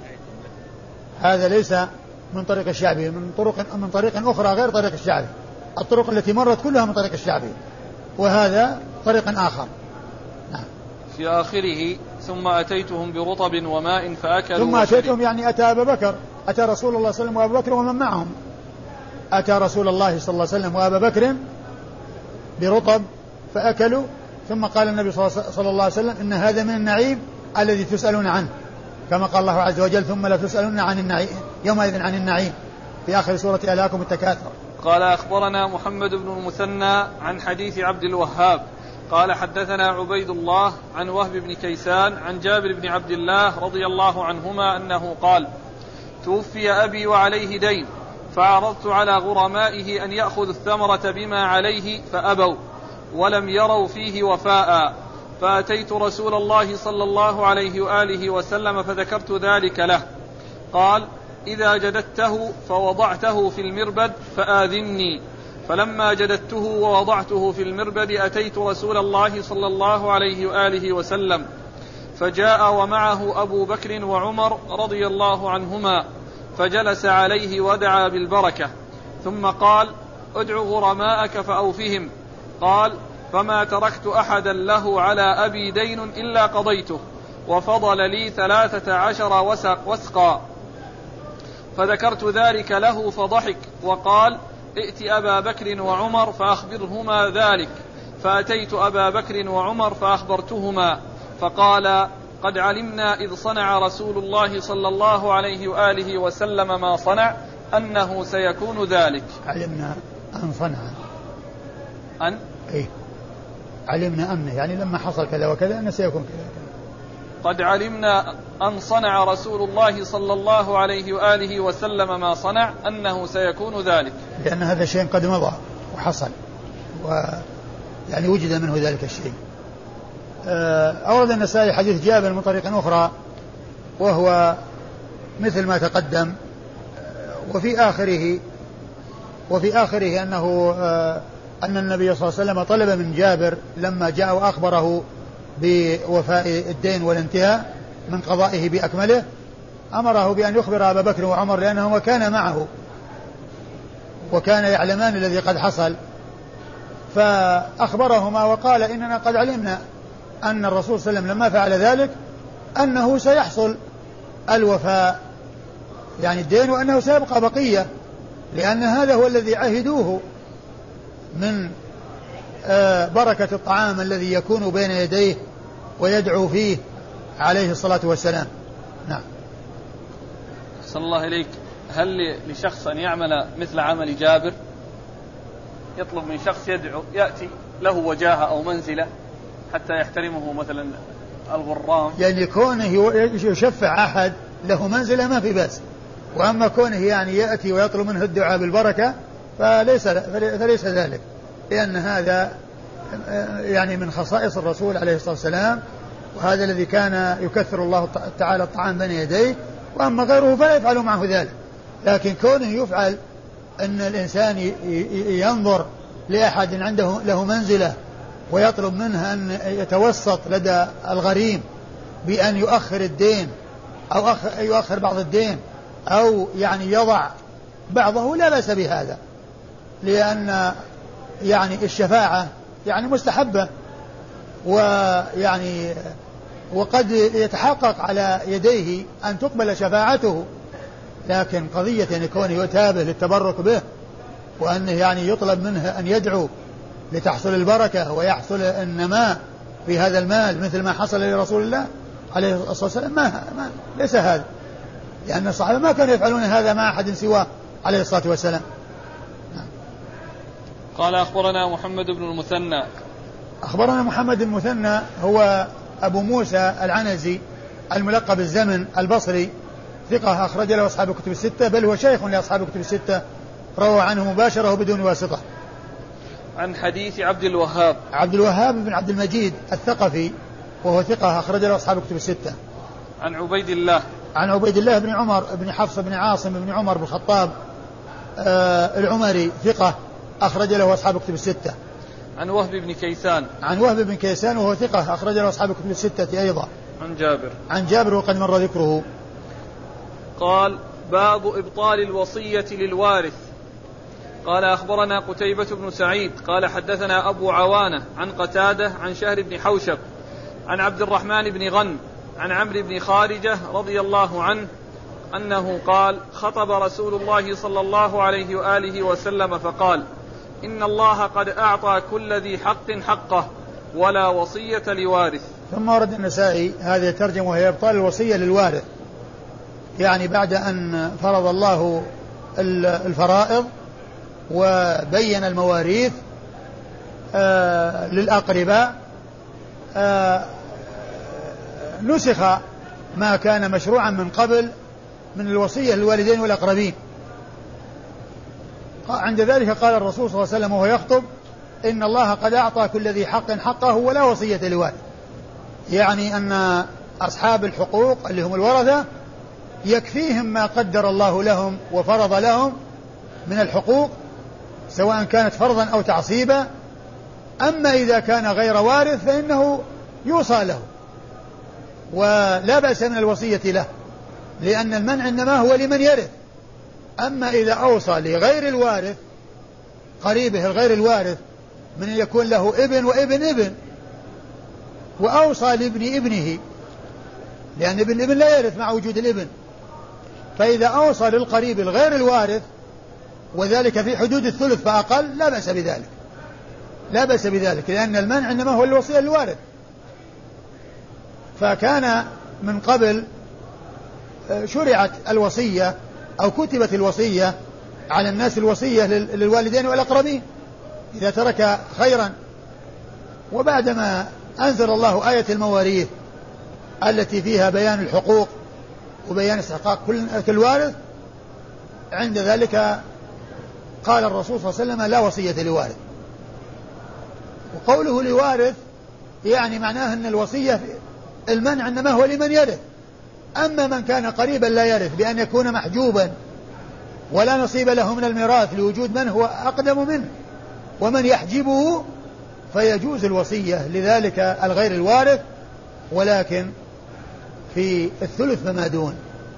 هذا ليس من طريق الشعبي، من طريق أخرى غير طريق الشعبي. الطرق التي مرت كلها من طريق الشعبي، وهذا طريق آخر. نعم. في آخره ثم أتيتهم برطب وماء فأكلوا. ثم أتيتهم يعني أتى أبا بكر، أتى رسول الله صلى الله عليه وسلم وأبا بكر ومن معهم. أتى رسول الله صلى الله عليه وسلم وأبا بكر برطب فأكلوا، ثم قال النبي صلى الله عليه وسلم إن هذا من النعيم الذي تسألون عنه، كما قال الله عز وجل ثم لا تسألون عن النعيم يومئذ عن النعيم في آخر سورة ألهاكم التكاثر. قال أخبرنا محمد بن المثنى عن حديث عبد الوهاب قال حدثنا عبيد الله عن وهب بن كيسان عن جابر بن عبد الله رضي الله عنهما أنه قال توفي أبي وعليه دين فعرضت على غرمائه أن يأخذوا الثمرة بما عليه فأبوا ولم يروا فيه وفاء، فأتيت رسول الله صلى الله عليه وآله وسلم فذكرت ذلك له، قال إذا جددته فوضعته في المربد فآذني، فلما جددته ووضعته في المربد أتيت رسول الله صلى الله عليه وآله وسلم فجاء ومعه أبو بكر وعمر رضي الله عنهما فجلس عليه ودعا بالبركة، ثم قال ادع غرماءك فأوفهم، قال فما تركت أحدا له على أبي دين إلا قضيته وفضل لي 13 وسقا، فذكرت ذلك له فضحك وقال ائت أبا بكر وعمر فأخبرهما ذلك، فأتيت أبا بكر وعمر فأخبرتهما فقال قد علمنا إذ صنع رسول الله صلى الله عليه وآله وسلم ما صنع أنه سيكون ذلك. علمنا أن صنع أن إيه؟ علمنا أنه يعني لما حصل كذا وكذا أنه سيكون كذا وكذا. قد علمنا أن صنع رسول الله صلى الله عليه وآله وسلم ما صنع أنه سيكون ذلك، لأن هذا الشيء قد مضى وحصل ويعني وجد منه ذلك الشيء. أورد النسائي حديث جابر من طريق أخرى وهو مثل ما تقدم، وفي آخره أنه أن النبي صلى الله عليه وسلم طلب من جابر لما جاء وأخبره بوفاء الدين والانتهاء من قضائه بأكمله، أمره بأن يخبر أبا بكر وعمر لأنه كان معه وكان يعلمان الذي قد حصل، فأخبرهما وقال إننا قد علمنا أن الرسول صلى الله عليه وسلم لما فعل ذلك أنه سيحصل الوفاء يعني الدين وأنه سيبقى بقية، لأن هذا هو الذي عهدوه من بركة الطعام الذي يكون بين يديه ويدعو فيه عليه الصلاة والسلام. نعم. صلى الله إليك، هل لشخص أن يعمل مثل عمل جابر، يطلب من شخص يدعو يأتي له وجاهة أو منزلة حتى يحترمه مثلا الغرام، يعني كونه يشفع أحد له منزلة ما في بأس، وأما كونه يعني يأتي ويطلب منه الدعاء بالبركة فليس ذلك، لأن هذا يعني من خصائص الرسول عليه الصلاة والسلام، وهذا الذي كان يكثر الله تعالى الطعام بين يديه، وأما غيره فلا يفعل معه ذلك. لكن كونه يفعل أن الإنسان ينظر لأحد عنده له منزلة ويطلب منه أن يتوسط لدى الغريم بأن يؤخر الدين أو يؤخر بعض الدين أو يعني يضع بعضه، لا بأس بهذا، لأن يعني الشفاعة يعني مستحبة، ويعني وقد يتحقق على يديه أن تقبل شفاعته، لكن قضية أن يكون يتابه للتبرك به وأنه يعني يطلب منه أن يدعو لتحصل البركة ويحصل النماء في هذا المال مثل ما حصل لرسول الله عليه الصلاة والسلام، ما ليس هذا، لأن الصحابة ما كانوا يفعلون هذا مع أحد سواه عليه الصلاة والسلام. قال أخبرنا محمد بن المثنى. أخبرنا محمد المثنى هو أبو موسى العنزي الملقب الزمن البصري، ثقة أخرج له أصحاب الكتب الستة، بل هو شيخ لأصحاب الكتب الستة، روى عنه مباشرة بدون واسطة. عن حديث عبد الوهاب. عبد الوهاب بن عبد المجيد الثقفي وهو ثقة أخرج له أصحاب الكتب الستة. عن عبيد الله. عن عبيد الله بن عمر بن حفص بن عاصم بن عمر بن الخطاب العمري، ثقة أخرج له أصحاب الكتب الستة. عن وهب بن كيسان. عن وهب بن كيسان وهو ثقة أخرج له أصحاب الكتب الستة أيضا. عن جابر. عن جابر وقد مر ذكره. قال: باب إبطال الوصية للوارث. قال: أخبرنا قتيبة بن سعيد قال حدثنا أبو عوانة عن قتادة عن شهر بن حوشب عن عبد الرحمن بن غنم عن عمرو بن خارجة رضي الله عنه أنه قال: خطب رسول الله صلى الله عليه وآله وسلم فقال: إن الله قد أعطى كل ذي حق حقه ولا وصية لوارث. ثم ورد النسائي هذه الترجمة وهي إبطال الوصية للوارث، يعني بعد أن فرض الله الفرائض وبين المواريث للأقرباء، نسخ ما كان مشروعا من قبل من الوصية للوالدين والأقربين. عند ذلك قال الرسول صلى الله عليه وسلم وهو يخطب: إن الله قد أعطى كل ذي حق حقه ولا وصية لوارث، يعني أن أصحاب الحقوق اللي هم الورثة يكفيهم ما قدر الله لهم وفرض لهم من الحقوق، سواء كانت فرضا أو تعصيبا. أما إذا كان غير وارث فإنه يوصى له ولا بأس من الوصية له، لأن المنع إنما هو لمن يرث. أما إذا أوصى لغير الوارث، قريبه الغير الوارث، من يكون له ابن وابن ابن، وأوصى لابن ابنه، لأن ابن ابن لا يرث مع وجود الابن، فإذا أوصى للقريب الغير الوارث وذلك في حدود الثلث فأقل لا بأس بذلك، لا بأس بذلك، لأن المنع إنما هو الوصية للوارث. فكان من قبل شرعت الوصية أو كتبت الوصية على الناس، الوصية للوالدين والأقربين إذا ترك خيرا. وبعدما أنزل الله آية المواريث التي فيها بيان الحقوق وبيان استحقاق كل وارث، عند ذلك قال الرسول صلى الله عليه وسلم: لا وصية لوارث. وقوله لوارث يعني معناه أن الوصية المنع إنما هو لمن يرث. أما من كان قريبا لا يرث بأن يكون محجوبا ولا نصيب له من الميراث لوجود من هو أقدم منه ومن يحجبه، فيجوز الوصية لذلك الغير الوارث، ولكن في الثلث فما دون.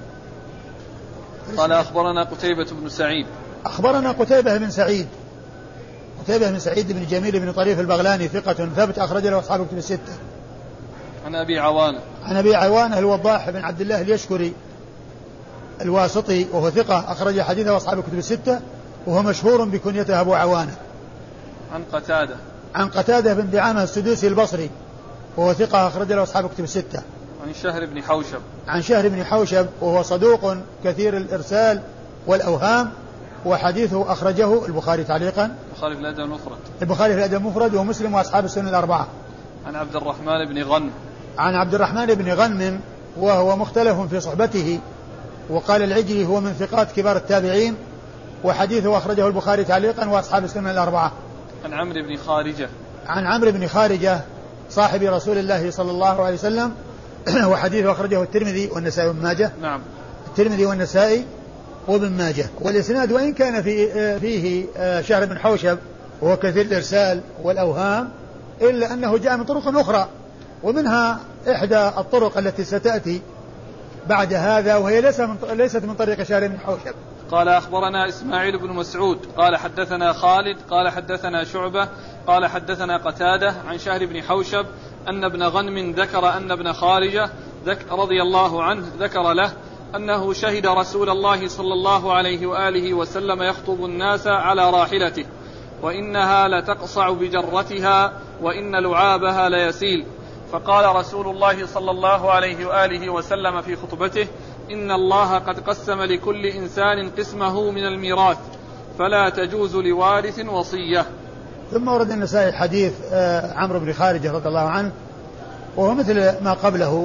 قال: أخبرنا قتيبة بن سعيد. أخبرنا قتيبة بن سعيد، قتيبة بن سعيد بن جميل بن طريف البغلاني، ثقة ثبت أخرج له أصحاب الكتب الستة. عن أبي عوانة. عن أبي عوانة الوضاح بن عبد الله اليشكري الواسطي، وهو ثقة أخرج حديثه أصحاب الكتب الستة، وهو مشهور بكنيته أبو عوانة. عن قتادة. عن قتادة بن دعامة السدوسي البصري، وهو ثقة أخرج له أصحاب الكتب الستة. عن شهر بن حوشب. عن شهر بن حوشب وهو صدوق كثير الإرسال والأوهام، وحديثه أخرجه البخاري تعليقا. البخاري في الأدب المفرد. البخاري في الأدب المفرد ومسلم وأصحاب السنن الأربعة. عن عبد الرحمن بن غنم. عن عبد الرحمن بن غنم وهو مختلف في صحبته، وقال العجلي هو من ثقات كبار التابعين، وحديثه أخرجه البخاري تعليقا وأصحاب السنن الأربعة. عن عمرو بن خارجة. عن عمرو بن خارجة صاحب رسول الله صلى الله عليه وسلم، وحديثه أخرجه الترمذي والنسائي وابن ماجه. نعم. الترمذي والنسائي وابن ماجه. والإسناد وإن كان فيه شهر بن حوشب وهو كثير الإرسال والأوهام، إلا أنه جاء من طرق أخرى، ومنها إحدى الطرق التي ستأتي بعد هذا، وهي ليست من طريق شهر بن حوشب. قال: أخبرنا إسماعيل بن مسعود قال حدثنا خالد قال حدثنا شعبة قال حدثنا قتادة عن شهر بن حوشب أن ابن غنم ذكر أن ابن خارجة رضي الله عنه ذكر له أنه شهد رسول الله صلى الله عليه وآله وسلم يخطب الناس على راحلته، وإنها لتقصع بجرتها وإن لعابها ليسيل. فقال رسول الله صلى الله عليه وآله وسلم في خطبته: إن الله قد قسم لكل إنسان قسمه من الميراث، فلا تجوز لوارث وصية. ثم ورد النسائي حديث عمرو بن خارجة رضي الله عنه وهو مثل ما قبله.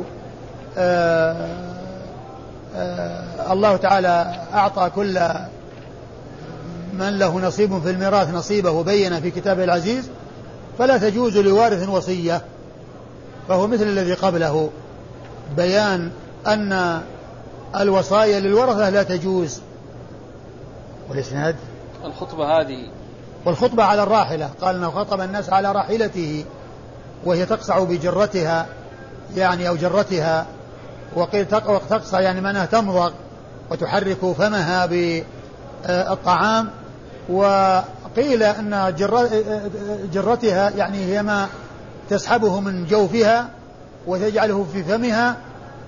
الله تعالى أعطى كل من له نصيب في الميراث نصيبه وبين في كتابه العزيز فلا تجوز لوارث وصية، فهو مثل الذي قبله بيان أن الوصايا للورثة لا تجوز. والإسناد الخطبة هذه والخطبة على الراحلة، قال أنه خطب الناس على راحلته وهي تقصع بجرتها يعني أو جرتها، وقيل تقصع يعني معناها تمضغ وتحرك فمها بالطعام، وقيل أن جرتها يعني هي ما تسحبه من جوفها وتجعله في فمها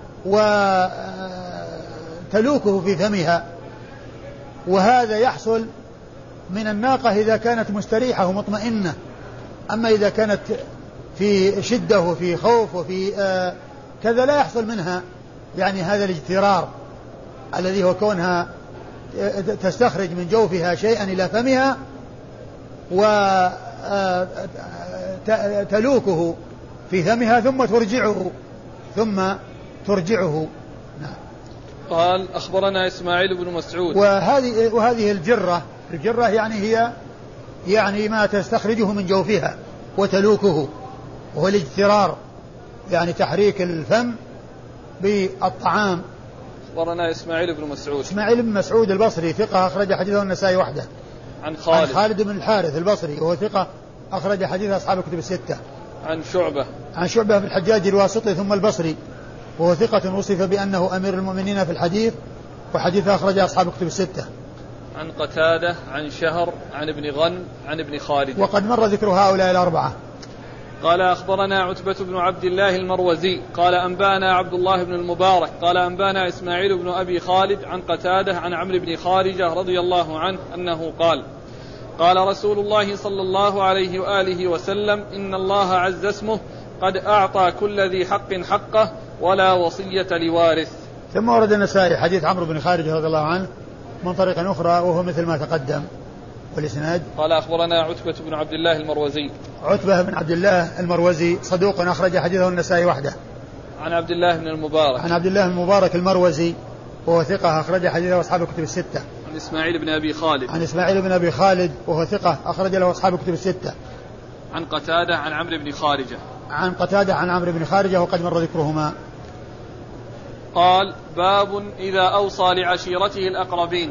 وتلوكه في فمها، وهذا يحصل من الناقة إذا كانت مستريحة ومطمئنة. أما إذا كانت في شدة وفي خوف وفي كذا لا يحصل منها يعني هذا الاجترار الذي هو كونها تستخرج من جوفها شيئا إلى فمها وتلوكه في فمها ثم ترجعه. نعم. قال أخبرنا إسماعيل بن مسعود. وهذه الجرة يعني هي يعني ما تستخرجه من جوفها وتلوكه، وهو الاجترار يعني تحريك الفم بالطعام. أخبرنا إسماعيل بن مسعود البصري ثقة أخرج حديثه النسائي وحده. عن خالد بن الحارث البصري وهو ثقة أخرج حديث أصحاب الكتب الستة. عن شعبة بن الحجاج الواسطي ثم البصري وهو ثقة وصف بأنه أمير المؤمنين في الحديث وحديث أخرج أصحاب الكتب الستة. عن قتادة عن شهر عن ابن غن عن ابن خالد. وقد مر ذكر هؤلاء الأربعة. قال أخبرنا عتبة بن عبد الله المروزي قال أنبانا عبد الله بن المبارك قال أنبانا إسماعيل بن أبي خالد عن قتادة عن عمرو بن خارجة رضي الله عنه أنه قال قال رسول الله صلى الله عليه وآله وسلم إن الله عز اسمه قد أعطى كل ذي حق حقه ولا وصية لوارث. ثم ورد النسائي حديث عمرو بن خارجة رضي الله عنه من طريق أخرى وهو مثل ما تقدم. والإسناد قال أخبرنا عتبة بن عبد الله المروزي. عتبة بن عبد الله المروزي صدوق أخرج حديثه النسائي وحده. عن عبد الله بن المبارك المروزي وهو ثقة أخرج حديثه أصحاب الكتب الستة. عن إسماعيل بن أبي خالد وهو ثقة أخرج له أصحاب الكتب الستة. عن قتادة عن عمرو بن خارجة وقد مر ذكرهما. قال باب إذا أوصى لعشيرته الأقربين.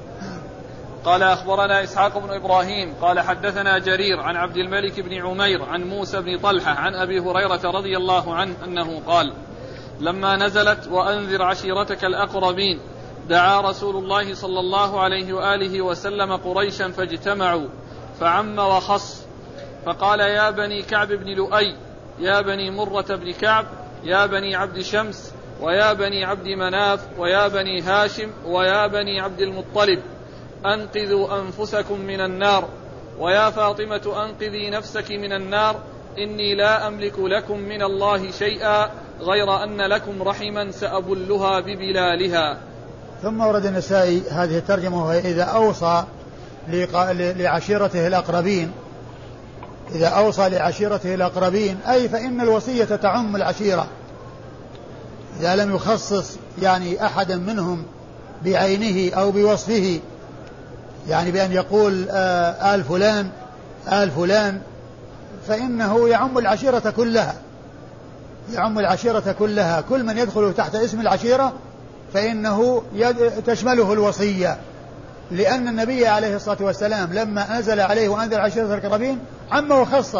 قال أخبرنا إسحاق بن إبراهيم قال حدثنا جرير عن عبد الملك بن عمير عن موسى بن طلحة عن أبي هريرة رضي الله عنه أنه قال لما نزلت وأنذر عشيرتك الأقربين دعا رسول الله صلى الله عليه وآله وسلم قريشا فاجتمعوا فعم وخص فقال يا بني كعب بن لؤي يا بني مرة بن كعب يا بني عبد شمس ويا بني عبد مناف ويا بني هاشم ويا بني عبد المطلب أنقذوا أنفسكم من النار ويا فاطمة أنقذي نفسك من النار إني لا أملك لكم من الله شيئا غير أن لكم رحما سأبلها ببلالها. ثم ورد النسائي هذه الترجمة وهي إذا أوصى لعشيرته الأقربين. إذا أوصى لعشيرته الأقربين أي فإن الوصية تعم العشيرة إذا لم يخصص يعني أحدا منهم بعينه أو بوصفه يعني بأن يقول آل فلان فإنه يعم العشيرة كلها كل من يدخل تحت اسم العشيرة فإنه تشمله الوصية، لأن النبي عليه الصلاة والسلام لما نزل عليه وأنذر عشيرة الأقربين عم وخص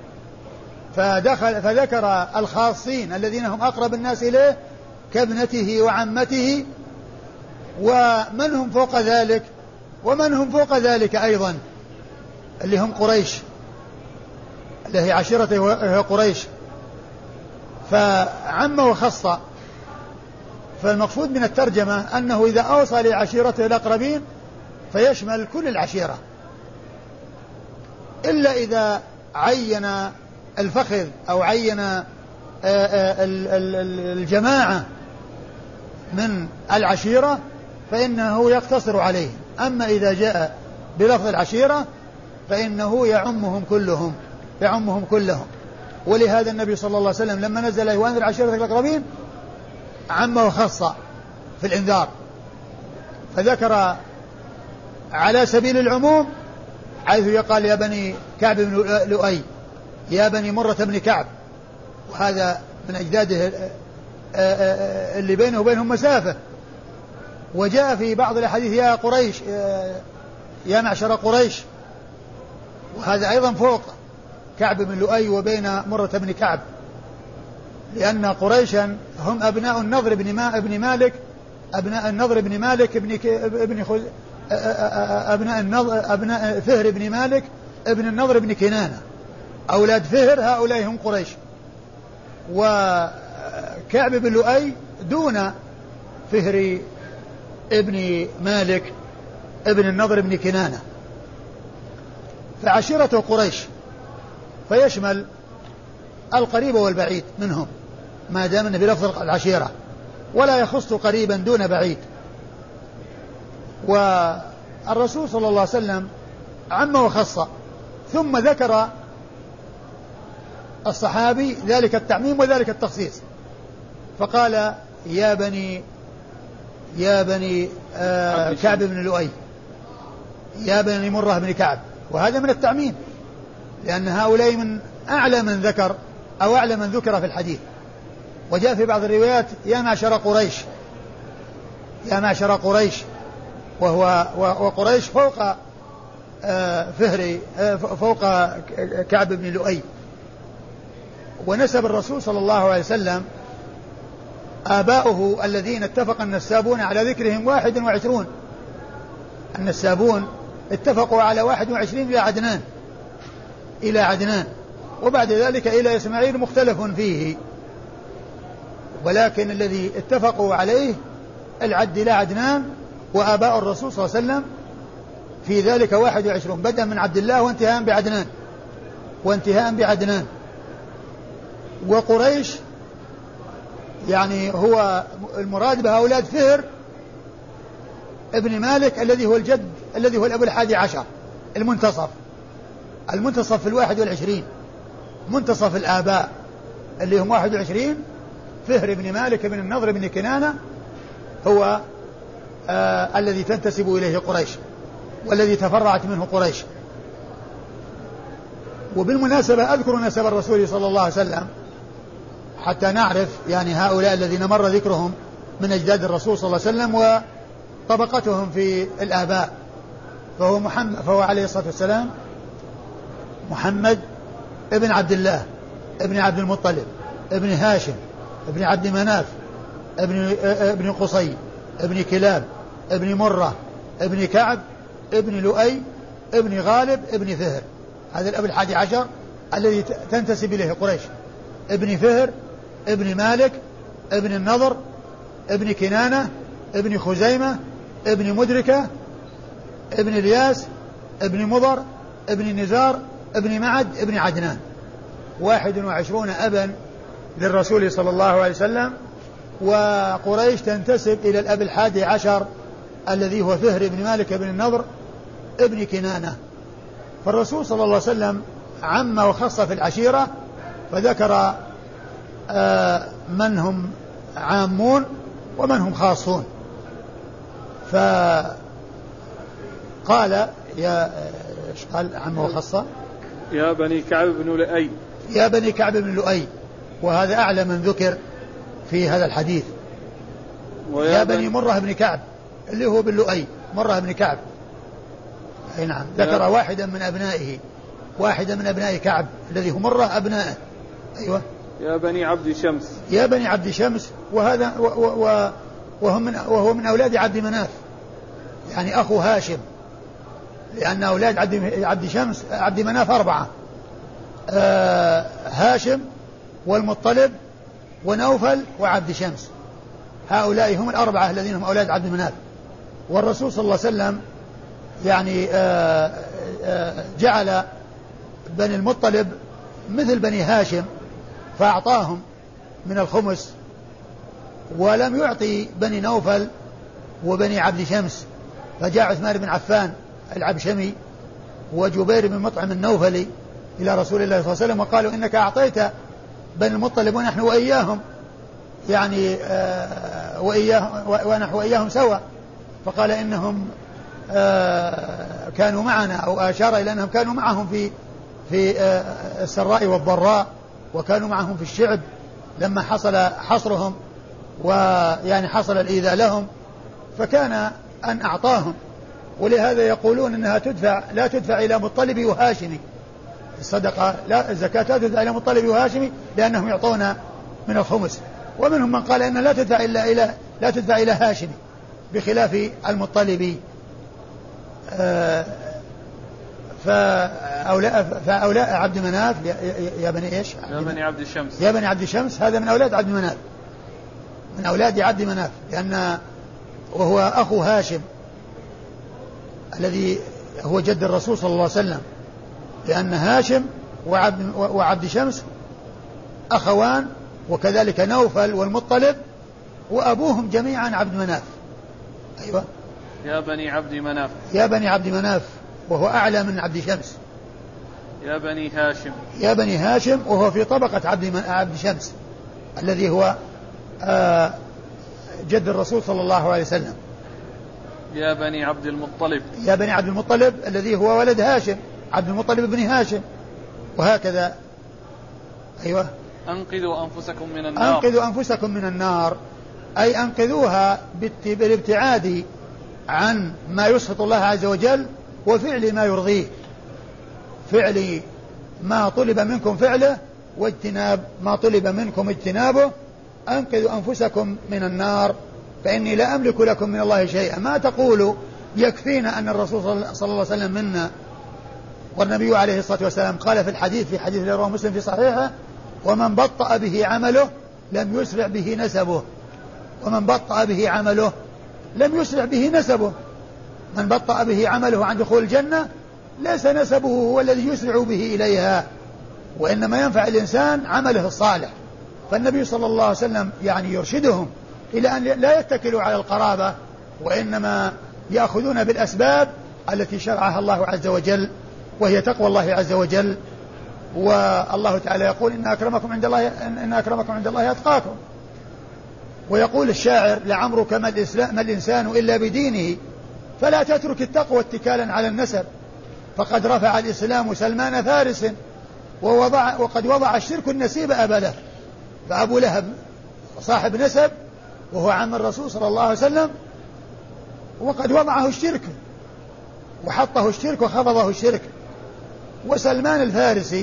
فذكر الخاصين الذين هم أقرب الناس إليه كابنته وعمته ومن هم فوق ذلك أيضا اللي هم قريش اللي هي عشيرته وهي قريش، فعم وخص. فالمقصود من الترجمة أنه إذا أوصى لعشيرته الأقربين فيشمل كل العشيرة إلا إذا عين الفخذ أو عين الجماعة من العشيرة فإنه يقتصر عليه. أما إذا جاء بلفظ العشيرة فإنه يعمهم كلهم. ولهذا النبي صلى الله عليه وسلم لما نزل وأنذر عشيرتك الأقربين عم وخص في الإنذار، فذكر على سبيل العموم حيث يقال يا بني كعب بن لؤي، يا بني مرة بن كعب، وهذا من أجداده اللي بينه وبينهم مسافة. وجاء في بعض الأحاديث يا قريش، يا معشر قريش، وهذا أيضا فوق كعب بن لؤي وبين مرة بن كعب، لأن قريشا هم أبناء النضر بن مالك، أبناء النضر بن مالك أبناء فهر بن مالك ابن النضر بن كنانة، أولاد فهر هؤلاء هم قريش. وكعب بن لؤي دون فهر ابن مالك ابن النضر بن كنانة، فعشيرته قريش، فيشمل القريب والبعيد منهم ما دام أنه بلفظ العشيرة، ولا يخص قريبا دون بعيد. والرسول صلى الله عليه وسلم عم وخص، ثم ذكر الصحابي ذلك التعميم وذلك التخصيص، فقال يا بني كعب بن لؤي، يا بني مرة بن كعب، وهذا من التعميم، لأن هؤلاء من أعلى من ذكر أو أعلى من ذكر في الحديث. وجاء في بعض الروايات يا معشر قريش، يا معشر قريش، وقريش فوق فوق كعب بن لؤي. ونسب الرسول صلى الله عليه وسلم آباؤه الذين اتفق النسابون على ذكرهم 21، النسابون اتفقوا على 21 إلى عدنان، وبعد ذلك إلى إسماعيل مختلف فيه، ولكن الذي اتفقوا عليه العد إلى عدنان، وآباء الرسول صلى الله عليه وسلم في ذلك 21، بدءا من عبد الله وانتهاء بعدنان. وقريش يعني هو المراد بها أولاد فهر ابن مالك الذي هو الجد، الذي هو الأب 11، المنتصف في 21، منتصف الآباء اللي هم 21. فهر بن مالك بن النضر بن كنانة هو الذي تنتسب إليه قريش والذي تفرعت منه قريش. وبالمناسبة أذكر نسب الرسول صلى الله عليه وسلم حتى نعرف يعني هؤلاء الذين مر ذكرهم من أجداد الرسول صلى الله عليه وسلم وطبقتهم في الآباء. فهو عليه الصلاة والسلام محمد ابن عبد الله ابن عبد المطلب ابن هاشم ابن عبد مناف ابن قصي ابن كلاب ابن مرة ابن كعب ابن لؤي ابن غالب ابن فهر. هذا الأب 11 الذي تنتسب إليه قريش، ابن فهر ابن مالك ابن النضر ابن كنانة ابن خزيمة ابن مدركة ابن الياس ابن مضر ابن نزار ابن معد ابن عدنان، 21 أبا للرسول صلى الله عليه وسلم. وقريش تنتسب إلى الأب 11 الذي هو فهر ابن مالك ابن النضر ابن كنانة. فالرسول صلى الله عليه وسلم عم وخص في العشيرة، فذكر من هم عامون ومن هم خاصون. فقال ايش قال عم وخص؟ يا بني كعب بن لؤي، يا بني كعب بن لؤي، وهذا أعلى من ذكر في هذا الحديث. يا بني مرة بن كعب اللي هو بن لؤي، مرة بن كعب، أي نعم، ذكر واحدا من أبناء كعب الذي هو مرة أبنائه. أيوة. يا بني عبد شمس، يا بني عبد شمس، وهذا وهو من أولاد عبد مناف، يعني أخو هاشم، لأن أولاد عبد شمس عبد مناف 4، هاشم والمطلب ونوفل وعبد شمس، هؤلاء هم 4 الذين هم أولاد عبد مناف. والرسول صلى الله عليه وسلم يعني جعل بني المطلب مثل بني هاشم فأعطاهم من الخمس، ولم يعطي بني نوفل وبني عبد شمس، فجاء عثمان بن عفان العبشمي وجبير بن مطعم النوفلي إلى رسول الله صلى الله عليه وسلم وقالوا إنك أعطيت بني المطلب ونحن وإياهم يعني ونحن وإياهم سوا، فقال إنهم كانوا معنا، أو أشار إلى أنهم كانوا معهم في السراء والضراء، وكانوا معهم في الشعب لما حصل حصرهم ويعني حصل الإيذاء لهم، فكان أن أعطاهم. ولهذا يقولون إنها لا تدفع إلى مطلبي وهاشمي، الصدقة لا، الزكاة لا تدفع إلى مطلبي وهاشمي لأنهم يعطون من الخمس. ومنهم من قال إن لا تدفع إلى هاشمي بخلاف المطلبي. فأولاء عبد مناف يا بني إيش؟ يا بني عبد الشمس. يا بني عبد الشمس هذا من أولاد عبد مناف، من أولاد عبد مناف، لأن وهو أخو هاشم الذي هو جد الرسول صلى الله عليه وسلم، لأن هاشم وعبد شمس أخوان، وكذلك نوفل والمطلب وأبوهم جميعا عبد مناف. أيوة. يا بني عبد مناف. يا بني عبد مناف وهو أعلى من عبد شمس. يا بني هاشم. يا بني هاشم وهو في طبقة عبد شمس الذي هو جد الرسول صلى الله عليه وسلم. يا بني عبد المطلب. يا بني عبد المطلب الذي هو ولد هاشم، عبد المطلب بن هاشم، وهكذا. أيوة. أنقذوا أنفسكم من النار. أنقذوا أنفسكم من النار، أي أنقذوها بالابتعاد عن ما يسخط الله عز وجل وفعل ما يرضيه، فعل ما طلب منكم فعله واجتناب ما طلب منكم اجتنابه. أنقذوا أنفسكم من النار فإني لا أملك لكم من الله شيئا. ما تقولوا يكفينا أن الرسول صلى الله عليه وسلم منا، والنبي عليه الصلاة والسلام قال في حديث رواه مسلم في صحيحه: ومن بطأ به عمله لم يسرع به نسبه. ومن بطأ به عمله لم يسرع به نسبه. من بطأ به عمله عن دخول الجنة ليس نسبه هو الذي يسرع به إليها، وإنما ينفع الإنسان عمله الصالح. فالنبي صلى الله عليه وسلم يعني يرشدهم إلى أن لا يتكلوا على القرابة، وإنما يأخذون بالأسباب التي شرعها الله عز وجل، وهي تقوى الله عز وجل. والله تعالى يقول: إن أكرمكم عند الله أتقاكم. ويقول الشاعر: لعمرك ما الإنسان إلا بدينه، فلا تترك التقوى اتكالا على النسب، فقد رفع الإسلام سلمان فارس وقد وضع الشرك النسيب أبله. فأبو لهب صاحب نسب وهو عم الرسول صلى الله عليه وسلم، وقد وضعه الشرك وحطه الشرك وخفضه الشرك. وسلمان الفارسي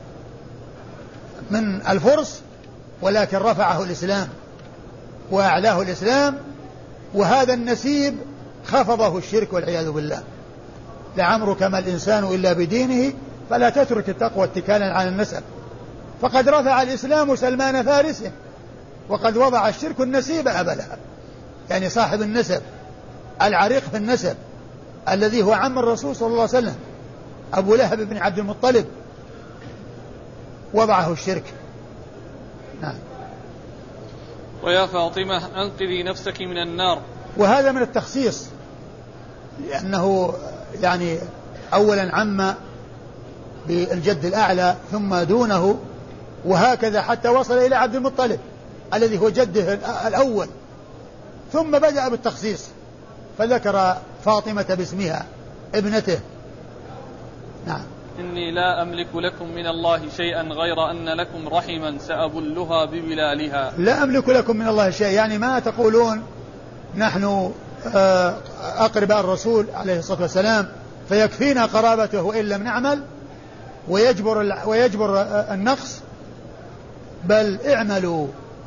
من الفرس، ولكن رفعه الإسلام وأعلاه الإسلام، وهذا النسيب خفضه الشرك والعياذ بالله. لعمرك ما الإنسان إلا بدينه، فلا تترك التقوى اتكالا على النسب، فقد رفع الإسلام سلمان فارسه وقد وضع الشرك النسيب أبا لهب، يعني صاحب النسب العريق في النسب الذي هو عم الرسول صلى الله عليه وسلم، أبو لهب بن عبد المطلب، وضعه الشرك. نعم. ويا فاطمة أنقذي نفسك من النار. وهذا من التخصيص، لأنه يعني أولا عم بالجد الأعلى ثم دونه، وهكذا حتى وصل إلى عبد المطلب الذي هو جده الأول، ثم بدأ بالتخصيص فذكر فاطمة باسمها ابنته. نعم. إني لا أملك لكم من الله شيئا غير أن لكم رحما سأبلها ببلالها. لا أملك لكم من الله شيئا، يعني ما تقولون نحن أقرباء الرسول عليه الصلاة والسلام فيكفينا قرابته وإن لم نعمل ويجبر النقص، بل اعملوا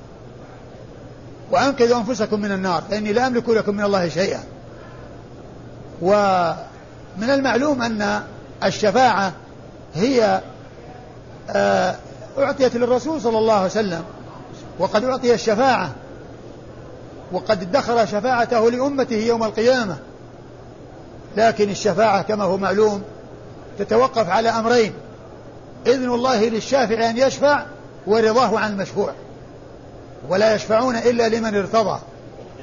وأنقذوا أنفسكم من النار فإني لا أملك لكم من الله شيئا. ومن المعلوم أن الشفاعة هي أعطيت للرسول صلى الله عليه وسلم، وقد أعطي الشفاعة وقد ادخر شفاعته لأمته يوم القيامة، لكن الشفاعة كما هو معلوم تتوقف على أمرين: إذن الله للشافع أن يشفع، ورضاه عن المشفوع. ولا يشفعون إلا لمن ارتضى،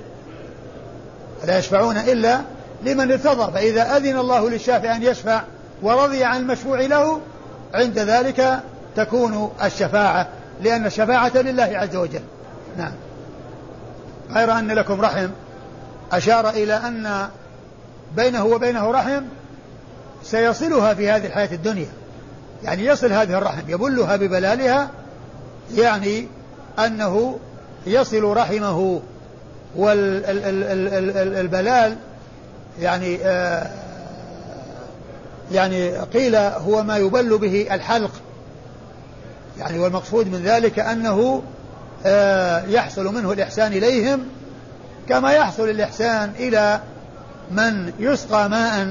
ولا يشفعون إلا لمن ارتضى. فإذا أذن الله للشافع أن يشفع ورضي عن المشفوع له، عند ذلك تكون الشفاعة، لأن الشفاعة لله عز وجل. نعم. غير أن لكم رحم، أشار إلى أن بينه وبينه رحم سيصلها في هذه الحياة الدنيا، يعني يصل هذه الرحم يبلها ببلالها، يعني أنه يصل رحمه. والبلال يعني قيل هو ما يبل به الحلق، يعني والمقصود من ذلك أنه يحصل منه الإحسان إليهم كما يحصل الإحسان إلى من يسقى ماء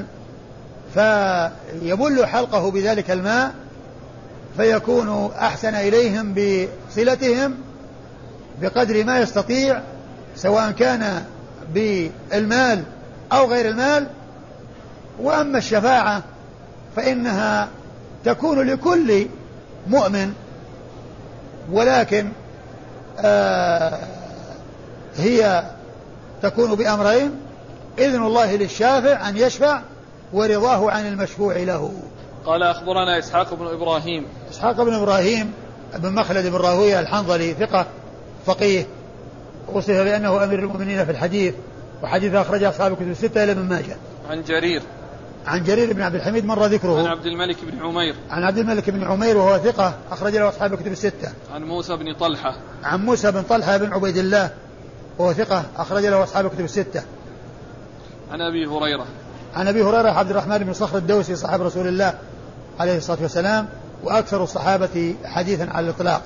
فيبل حلقه بذلك الماء فيكون أحسن إليهم بصلتهم بقدر ما يستطيع، سواء كان بالمال أو غير المال. وأما الشفاعة فإنها تكون لكل مؤمن، ولكن هي تكون بأمرين: إذن الله للشافع أن يشفع، ورضاه عن المشفوع له. قال أخبرنا إسحاق بن إبراهيم بن مخلد بن راهويه الحنظلي، ثقة فقيه، وصف بأنه أمير المؤمنين في الحديث، وحديث أخرجه أصحاب الكتب الستة إلى ابن ماجه. عن جرير بن عبد الحميد مر ذكره. عن عبد الملك بن عمير وهو ثقة أخرج له أصحاب الكتب الستة. عن موسى بن طلحة بن عبيد الله وهو ثقة أخرج له أصحاب الكتب الستة. عن أبي هريرة عبد الرحمن بن صخر الدوسي صاحب رسول الله عليه الصلاة والسلام، وأكثر الصحابة حديثا على الإطلاق.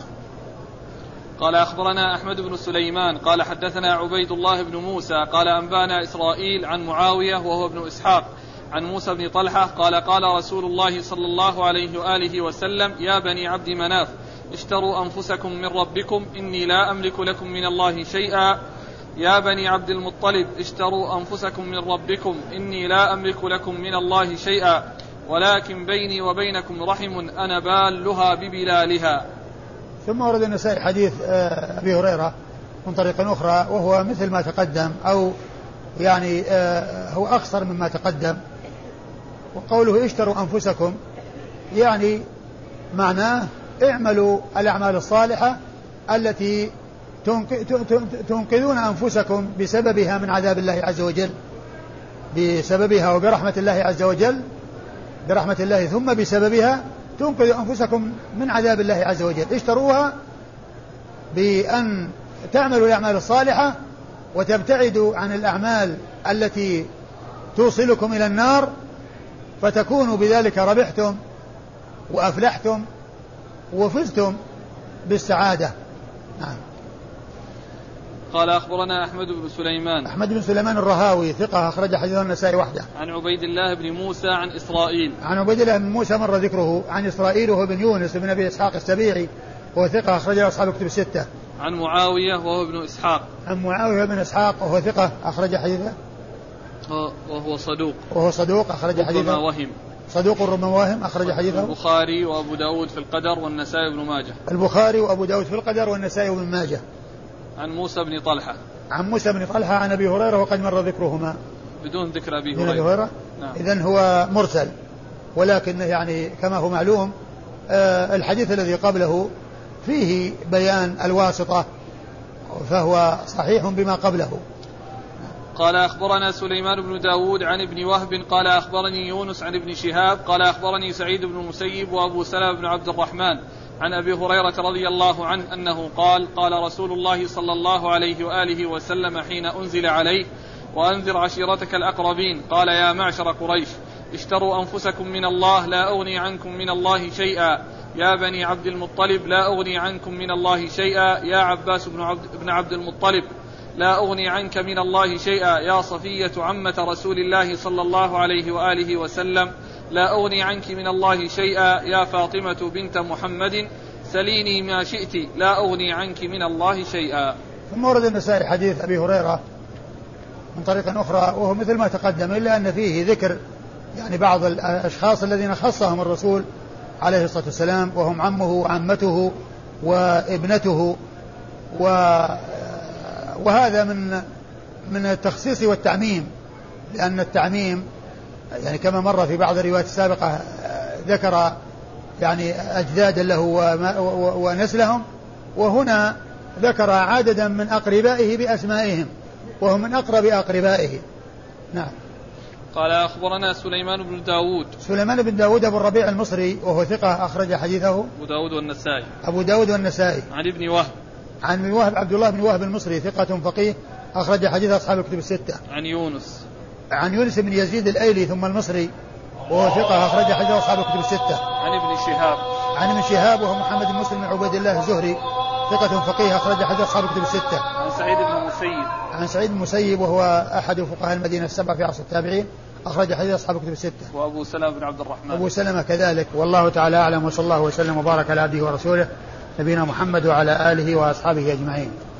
قال أخبرنا أحمد بن سليمان قال حدثنا عبيد الله بن موسى قال أنبانا إسرائيل عن معاوية وهو ابن إسحاق عن موسى بن طلحة قال قال رسول الله صلى الله عليه وآله وسلم: يا بني عبد مناف اشتروا أنفسكم من ربكم إني لا أملك لكم من الله شيئا. يا بني عبد المطلب اشتروا أنفسكم من ربكم إني لا أملك لكم من الله شيئا، ولكن بيني وبينكم رحم أنا بالها ببلالها. ثم ورد النسائي حديث أبي هريرة من طريق أخرى وهو مثل ما تقدم، أو يعني هو أقصر مما تقدم. وقوله اشتروا أنفسكم يعني معناه اعملوا الأعمال الصالحة التي تنقذون أنفسكم بسببها من عذاب الله عز وجل، بسببها وبرحمة الله عز وجل، برحمة الله ثم بسببها تنقذ أنفسكم من عذاب الله عز وجل. اشتروها بأن تعملوا الأعمال الصالحة وتبتعدوا عن الأعمال التي توصلكم إلى النار، فتكونوا بذلك ربحتم وأفلحتم وفزتم بالسعادة. نعم. قال أخبرنا أحمد بن سليمان الرهاوي ثقة أخرج حديثه النسائي وحده. عن عبيد الله بن موسى عن إسرائيل. عن عبيد الله بن موسى مر ذكره. عن إسرائيل وهو بن يونس بن أبي إسحاق السبيعي وهو ثقة أخرج له أصحاب الكتب الستة. عن معاوية وهو ابن إسحاق. عن معاوية بن إسحاق وهو ثقة أخرج حديثه. وهو صدوق أخرج حديثه. صدوق ربما وهم أخرج حديثه. البخاري وأبو داود في القدر والنسائي بن ماجه. البخاري وأبو داود في القدر والنسائي بن ماجه. عن موسى بن طلحة. عن أبي هريرة وقد مر ذكرهما بدون ذكر أبي هريرة. نعم. إذن هو مرسل، ولكن يعني كما هو معلوم الحديث الذي قبله فيه بيان الواسطة، فهو صحيح بما قبله. قال أخبرنا سليمان بن داود عن ابن وهب قال أخبرني يونس عن ابن شهاب قال أخبرني سعيد بن المسيب وأبو سلمة بن عبد الرحمن عن أبي هريرة رضي الله عنه أنه قال قال رسول الله صلى الله عليه وآله وسلم حين أنزل عليه: وأنذر عشيرتك الأقربين، قال: يا معشر قريش اشتروا أنفسكم من الله لا أغني عنكم من الله شيئا. يا بني عبد المطلب لا أغني عنكم من الله شيئا. يا عباس بن عبد المطلب لا أغني عنك من الله شيئا. يا صفية عمة رسول الله صلى الله عليه وآله وسلم لا أغني عنك من الله شيئا. يا فاطمة بنت محمد سليني ما شئت لا أغني عنك من الله شيئا. ثم ورد النسائي حديث أبي هريرة من طريق أخرى وهو مثل ما تقدم، إلا أن فيه ذكر يعني بعض الأشخاص الذين خصهم الرسول عليه الصلاة والسلام، وهم عمه وعمته وابنته، وهذا من التخصيص والتعميم، لأن التعميم يعني كما مر في بعض الروايات السابقة ذكر يعني أجدادا له ونسلهم، وهنا ذكر عددا من أقربائه بأسمائهم وهم من أقرب أقربائه. نعم. قال أخبرنا سليمان بن داود. سليمان بن داود أبو الربيع المصري وهو ثقة أخرج حديثه أبو داود والنسائي. عن ابن وهب. عن ابن وهب عبد الله بن وهب المصري ثقة فقيه أخرج حديث أصحاب الكتب الستة. عن يونس بن يزيد الأيلي ثم المصري وهو ثقة أخرج حديث أصحاب الكتب الستة. عن ابن شهاب وهو محمد بن مسلم بن عبيد الله الزهري ثقة فقيه أخرج حديث أصحاب الكتب الستة. عن سعيد بن المسيب وهو أحد فقهاء المدينة السبعة في عصر التابعين أخرج حديث أصحاب الكتب الستة. وأبو سلمة بن عبد الرحمن. أبو سلمة كذلك. والله تعالى أعلم، وصلى الله وسلم وبارك على عبده ورسوله نبينا محمد وعلى آله وأصحابه أجمعين.